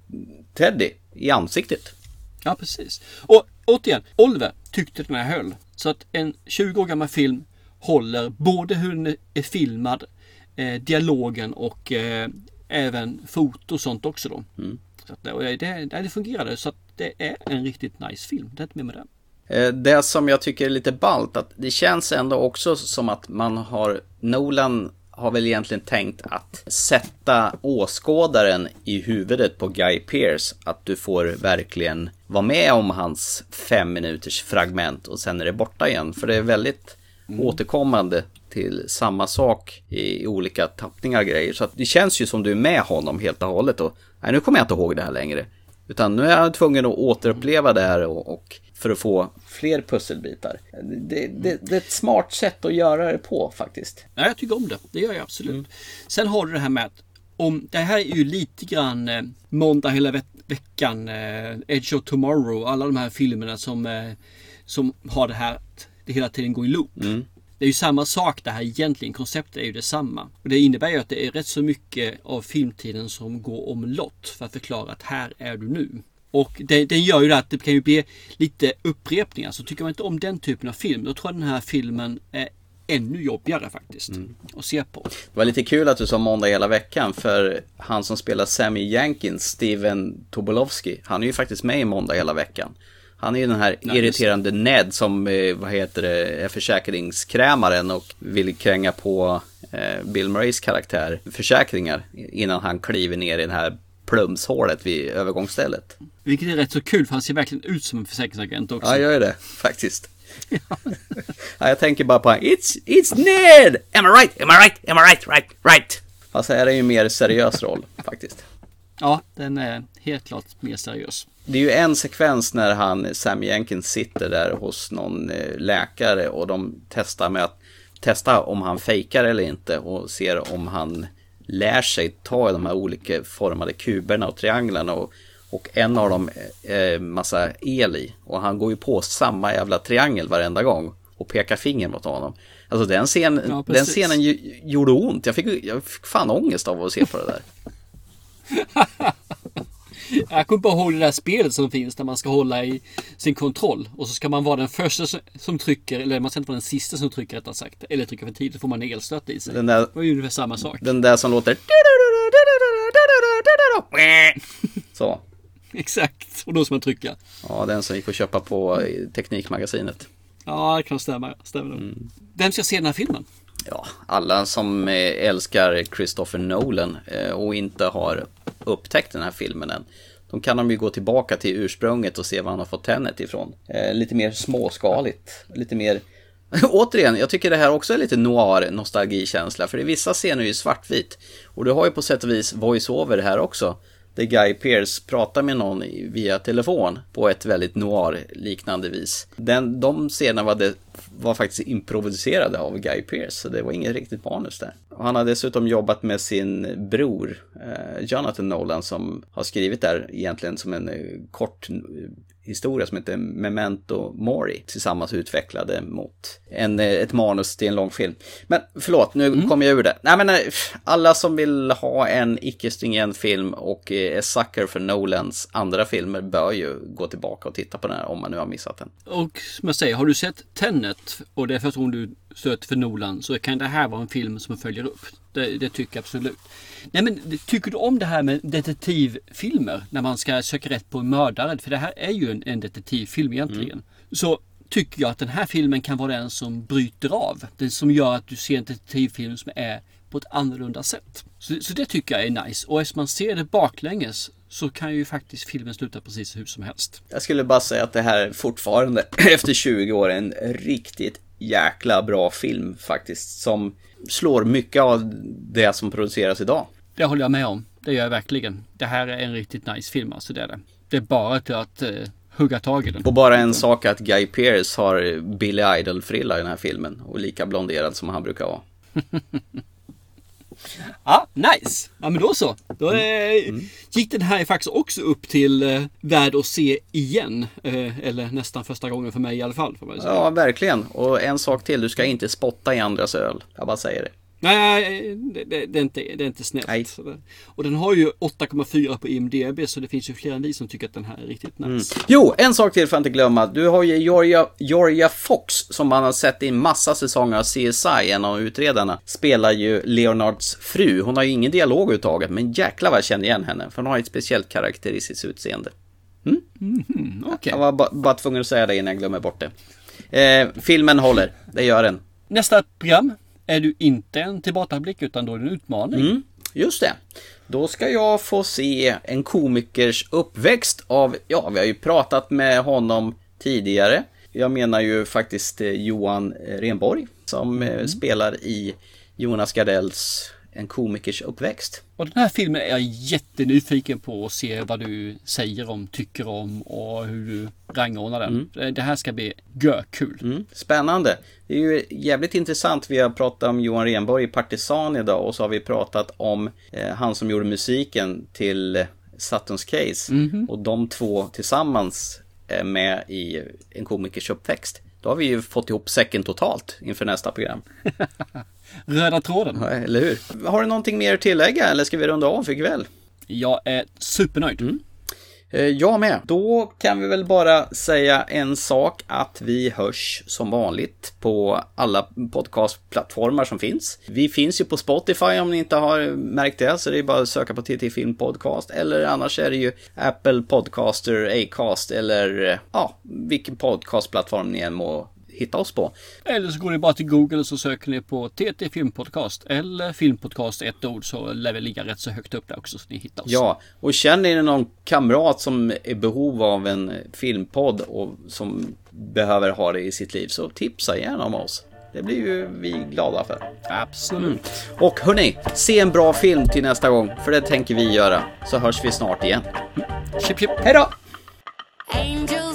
Teddy i ansiktet. Ja, precis. Och återigen, Oliver tyckte den här höll. Så att en tjugo år gammal film håller både hur den är filmad, eh, dialogen och eh, även foto och sånt också då. Mm. Så att, och det, det, det fungerade, så att det är en riktigt nice film. Det är inte med med det. Det som jag tycker är lite ballt, att det känns ändå också som att man har, Nolan har väl egentligen tänkt att sätta åskådaren i huvudet på Guy Pearce, att du får verkligen vara med om hans fem minuters fragment och sen är det borta igen, för det är väldigt mm. återkommande till samma sak i olika tappningar och grejer, så att det känns ju som du är med honom helt och hållet och nej, nu kommer jag inte ihåg det här längre, utan nu är jag tvungen att återuppleva det här och, och för att få fler pusselbitar. Det, det, det är ett smart sätt att göra det på faktiskt. Ja, jag tycker om det. Det gör jag absolut. Mm. Sen har du det här med att om, det här är ju lite grann eh, måndag hela ve- veckan, eh, Edge of Tomorrow, alla de här filmerna som, eh, som har det här att det hela tiden går i loop. Mm. Det är ju samma sak det här egentligen. Konceptet är ju detsamma. Och det innebär ju att det är rätt så mycket av filmtiden som går omlott för att förklara att här är du nu. Och det, det gör ju det att det kan ju bli lite upprepningar. Så tycker man inte om den typen av film, då tror jag den här filmen är ännu jobbigare faktiskt mm. att se på. Det var lite kul att du sa måndag hela veckan, för han som spelar Sammy Jenkins, Steven Tobolowsky, han är ju faktiskt med i måndag hela veckan. Han är ju den här ja, irriterande Ned som vad heter det, är försäkringskrämaren och vill kränga på eh, Bill Murrays karaktär försäkringar innan han kliver ner i det här plumshålet vid övergångsstället. Vilket är rätt så kul, för han ser verkligen ut som en försäkringsagent också. Ja, gör det faktiskt. ja, jag tänker bara på han. It's, it's Ned! Am I right? Am I right? Am I right? Right? Right? Alltså är det ju en mer seriös roll faktiskt. Ja, den är helt klart mer seriös. Det är ju en sekvens när han, Sam Jenkins, sitter där hos någon läkare och de testar med att testa om han fejkar eller inte och ser om han lär sig ta de här olika formade kuberna och trianglarna och, och en av dem är massa el i och han går ju på samma jävla triangel varenda gång och pekar finger mot honom. Alltså den, scen, ja, den scenen ju, gjorde ont. Jag fick, jag fick fan ångest av att se på det där. Jag kommer bara ihåg det där spelet som finns där man ska hålla i sin kontroll och så ska man vara den första som trycker, eller man ska inte vara den sista som trycker rättare sagt, eller trycker för tidigt, får man elstöt i sig. Den där, det var ju ungefär samma sak. Den där som låter så. Exakt, och då ska man trycka. Ja, den som gick att köpa på Teknikmagasinet. Ja, det kan stämma, stämma. Mm. Vem ska se den här filmen? Ja, alla som älskar Christopher Nolan och inte har upptäckt den här filmen än, de kan de ju gå tillbaka till ursprunget och se var han har fått Tenet ifrån. Eh, lite mer småskaligt, lite mer... Återigen, jag tycker det här också är lite noir nostalgikänsla, för i vissa scener är ju svartvit. Och du har ju på sätt och vis voice-over här också, där Guy Pearce pratar med någon via telefon på ett väldigt noir-liknande vis. Den, de scenerna var, det, var faktiskt improviserade av Guy Pearce, så det var inget riktigt manus där. Och han har dessutom jobbat med sin bror, eh, Jonathan Nolan, som har skrivit där egentligen som en eh, kort historia som heter Memento Mori, tillsammans utvecklade mot en, ett manus till en lång film. Men förlåt, nu mm. kommer jag ur det. Nej, men alla som vill ha en icke-stringent film och är sucker för Nolans andra filmer bör ju gå tillbaka och titta på den här om man nu har missat den. Och som jag säger, har du sett Tenet och det är först om du stöter för Nolan, så kan det här vara en film som följer upp. Det, det tycker jag absolut. Nej, men tycker du om det här med detektivfilmer när man ska söka rätt på en mördare? För det här är ju en, en detektivfilm egentligen. Mm. Så tycker jag att den här filmen kan vara den som bryter av. Den som gör att du ser en detektivfilm som är på ett annorlunda sätt. Så, så det tycker jag är nice. Och eftersom man ser det baklänges så kan ju faktiskt filmen sluta precis hur som helst. Jag skulle bara säga att det här är fortfarande efter tjugo år en riktigt jäkla bra film faktiskt. Som slår mycket av det som produceras idag. Det håller jag med om. Det gör jag verkligen. Det här är en riktigt nice film. Alltså det är det. Det är bara till att eh, hugga tag i den. Och bara en sak att Guy Pearce har Billy Idol-frilla i den här filmen. Och lika blonderad som han brukar vara. Ja, nice. Ja, men då så. Då eh, mm. gick den här faktiskt också upp till eh, värd att se igen. Eh, eller nästan första gången för mig i alla fall. Får man säga. Ja, verkligen. Och en sak till. Du ska inte spotta i andras öl. Jag bara säger det. Nej, det, det, det, är inte, det är inte snällt. Nej. Och den har ju åtta komma fyra på I M D B, så det finns ju fler än vi som tycker att den här är riktigt nice. Mm. Jo, en sak till för att inte glömma. Du har ju Georgia, Georgia Fox, som man har sett i massa säsonger av C S I, en av utredarna, spelar ju Leonards fru. Hon har ju ingen dialog överhuvudtaget, men jäklar vad jag känner igen henne. För hon har ett speciellt karaktäristiskt utseende. Mm? Mm-hmm, okay. Jag var bara, bara tvungen att säga det innan jag glömmer bort det. Eh, filmen håller, det gör den. Nästa program är du inte en tillbakablick utan då är det en utmaning. Mm, just det. Då ska jag få se en komikers uppväxt av, ja, vi har ju pratat med honom tidigare. Jag menar ju faktiskt Johan Renborg som mm. spelar i Jonas Gardells En komikers uppväxt. Och den här filmen är jag jättenyfiken på att se vad du säger om, tycker om och hur du rangordnar den. Mm. Det här ska bli görkul. Mm. Spännande. Det är ju jävligt intressant. Vi har pratat om Johan Renborg i Partisan idag och så har vi pratat om eh, han som gjorde musiken till Saturn's Case. Mm-hmm. Och de två tillsammans är med i En komikers uppväxt. Då har vi ju fått ihop säcken totalt inför nästa program. Röda tråden. Ja, eller hur? Har du någonting mer att tillägga eller ska vi runda av för ikväll? Jag är supernöjd. Mm. Jag med. Då kan vi väl bara säga en sak, att vi hörs som vanligt på alla podcastplattformar som finns. Vi finns ju på Spotify om ni inte har märkt det, så det är bara att söka på T T Film Podcast, eller annars är det ju Apple Podcaster, Acast eller ja, vilken podcastplattform ni än må hitta oss på. Eller så går ni bara till Google och så söker ni på T T Filmpodcast eller Filmpodcast ett ord, så lär vi ligga rätt så högt upp där också så ni hittar oss. Ja, och känner ni någon kamrat som är i behov av en filmpodd och som behöver ha det i sitt liv, så tipsa gärna om oss. Det blir ju vi glada för. Absolut. Mm. Och hörni, se en bra film till nästa gång, för det tänker vi göra. Så hörs vi snart igen. Mm. Chip, chip. Hej då! Angel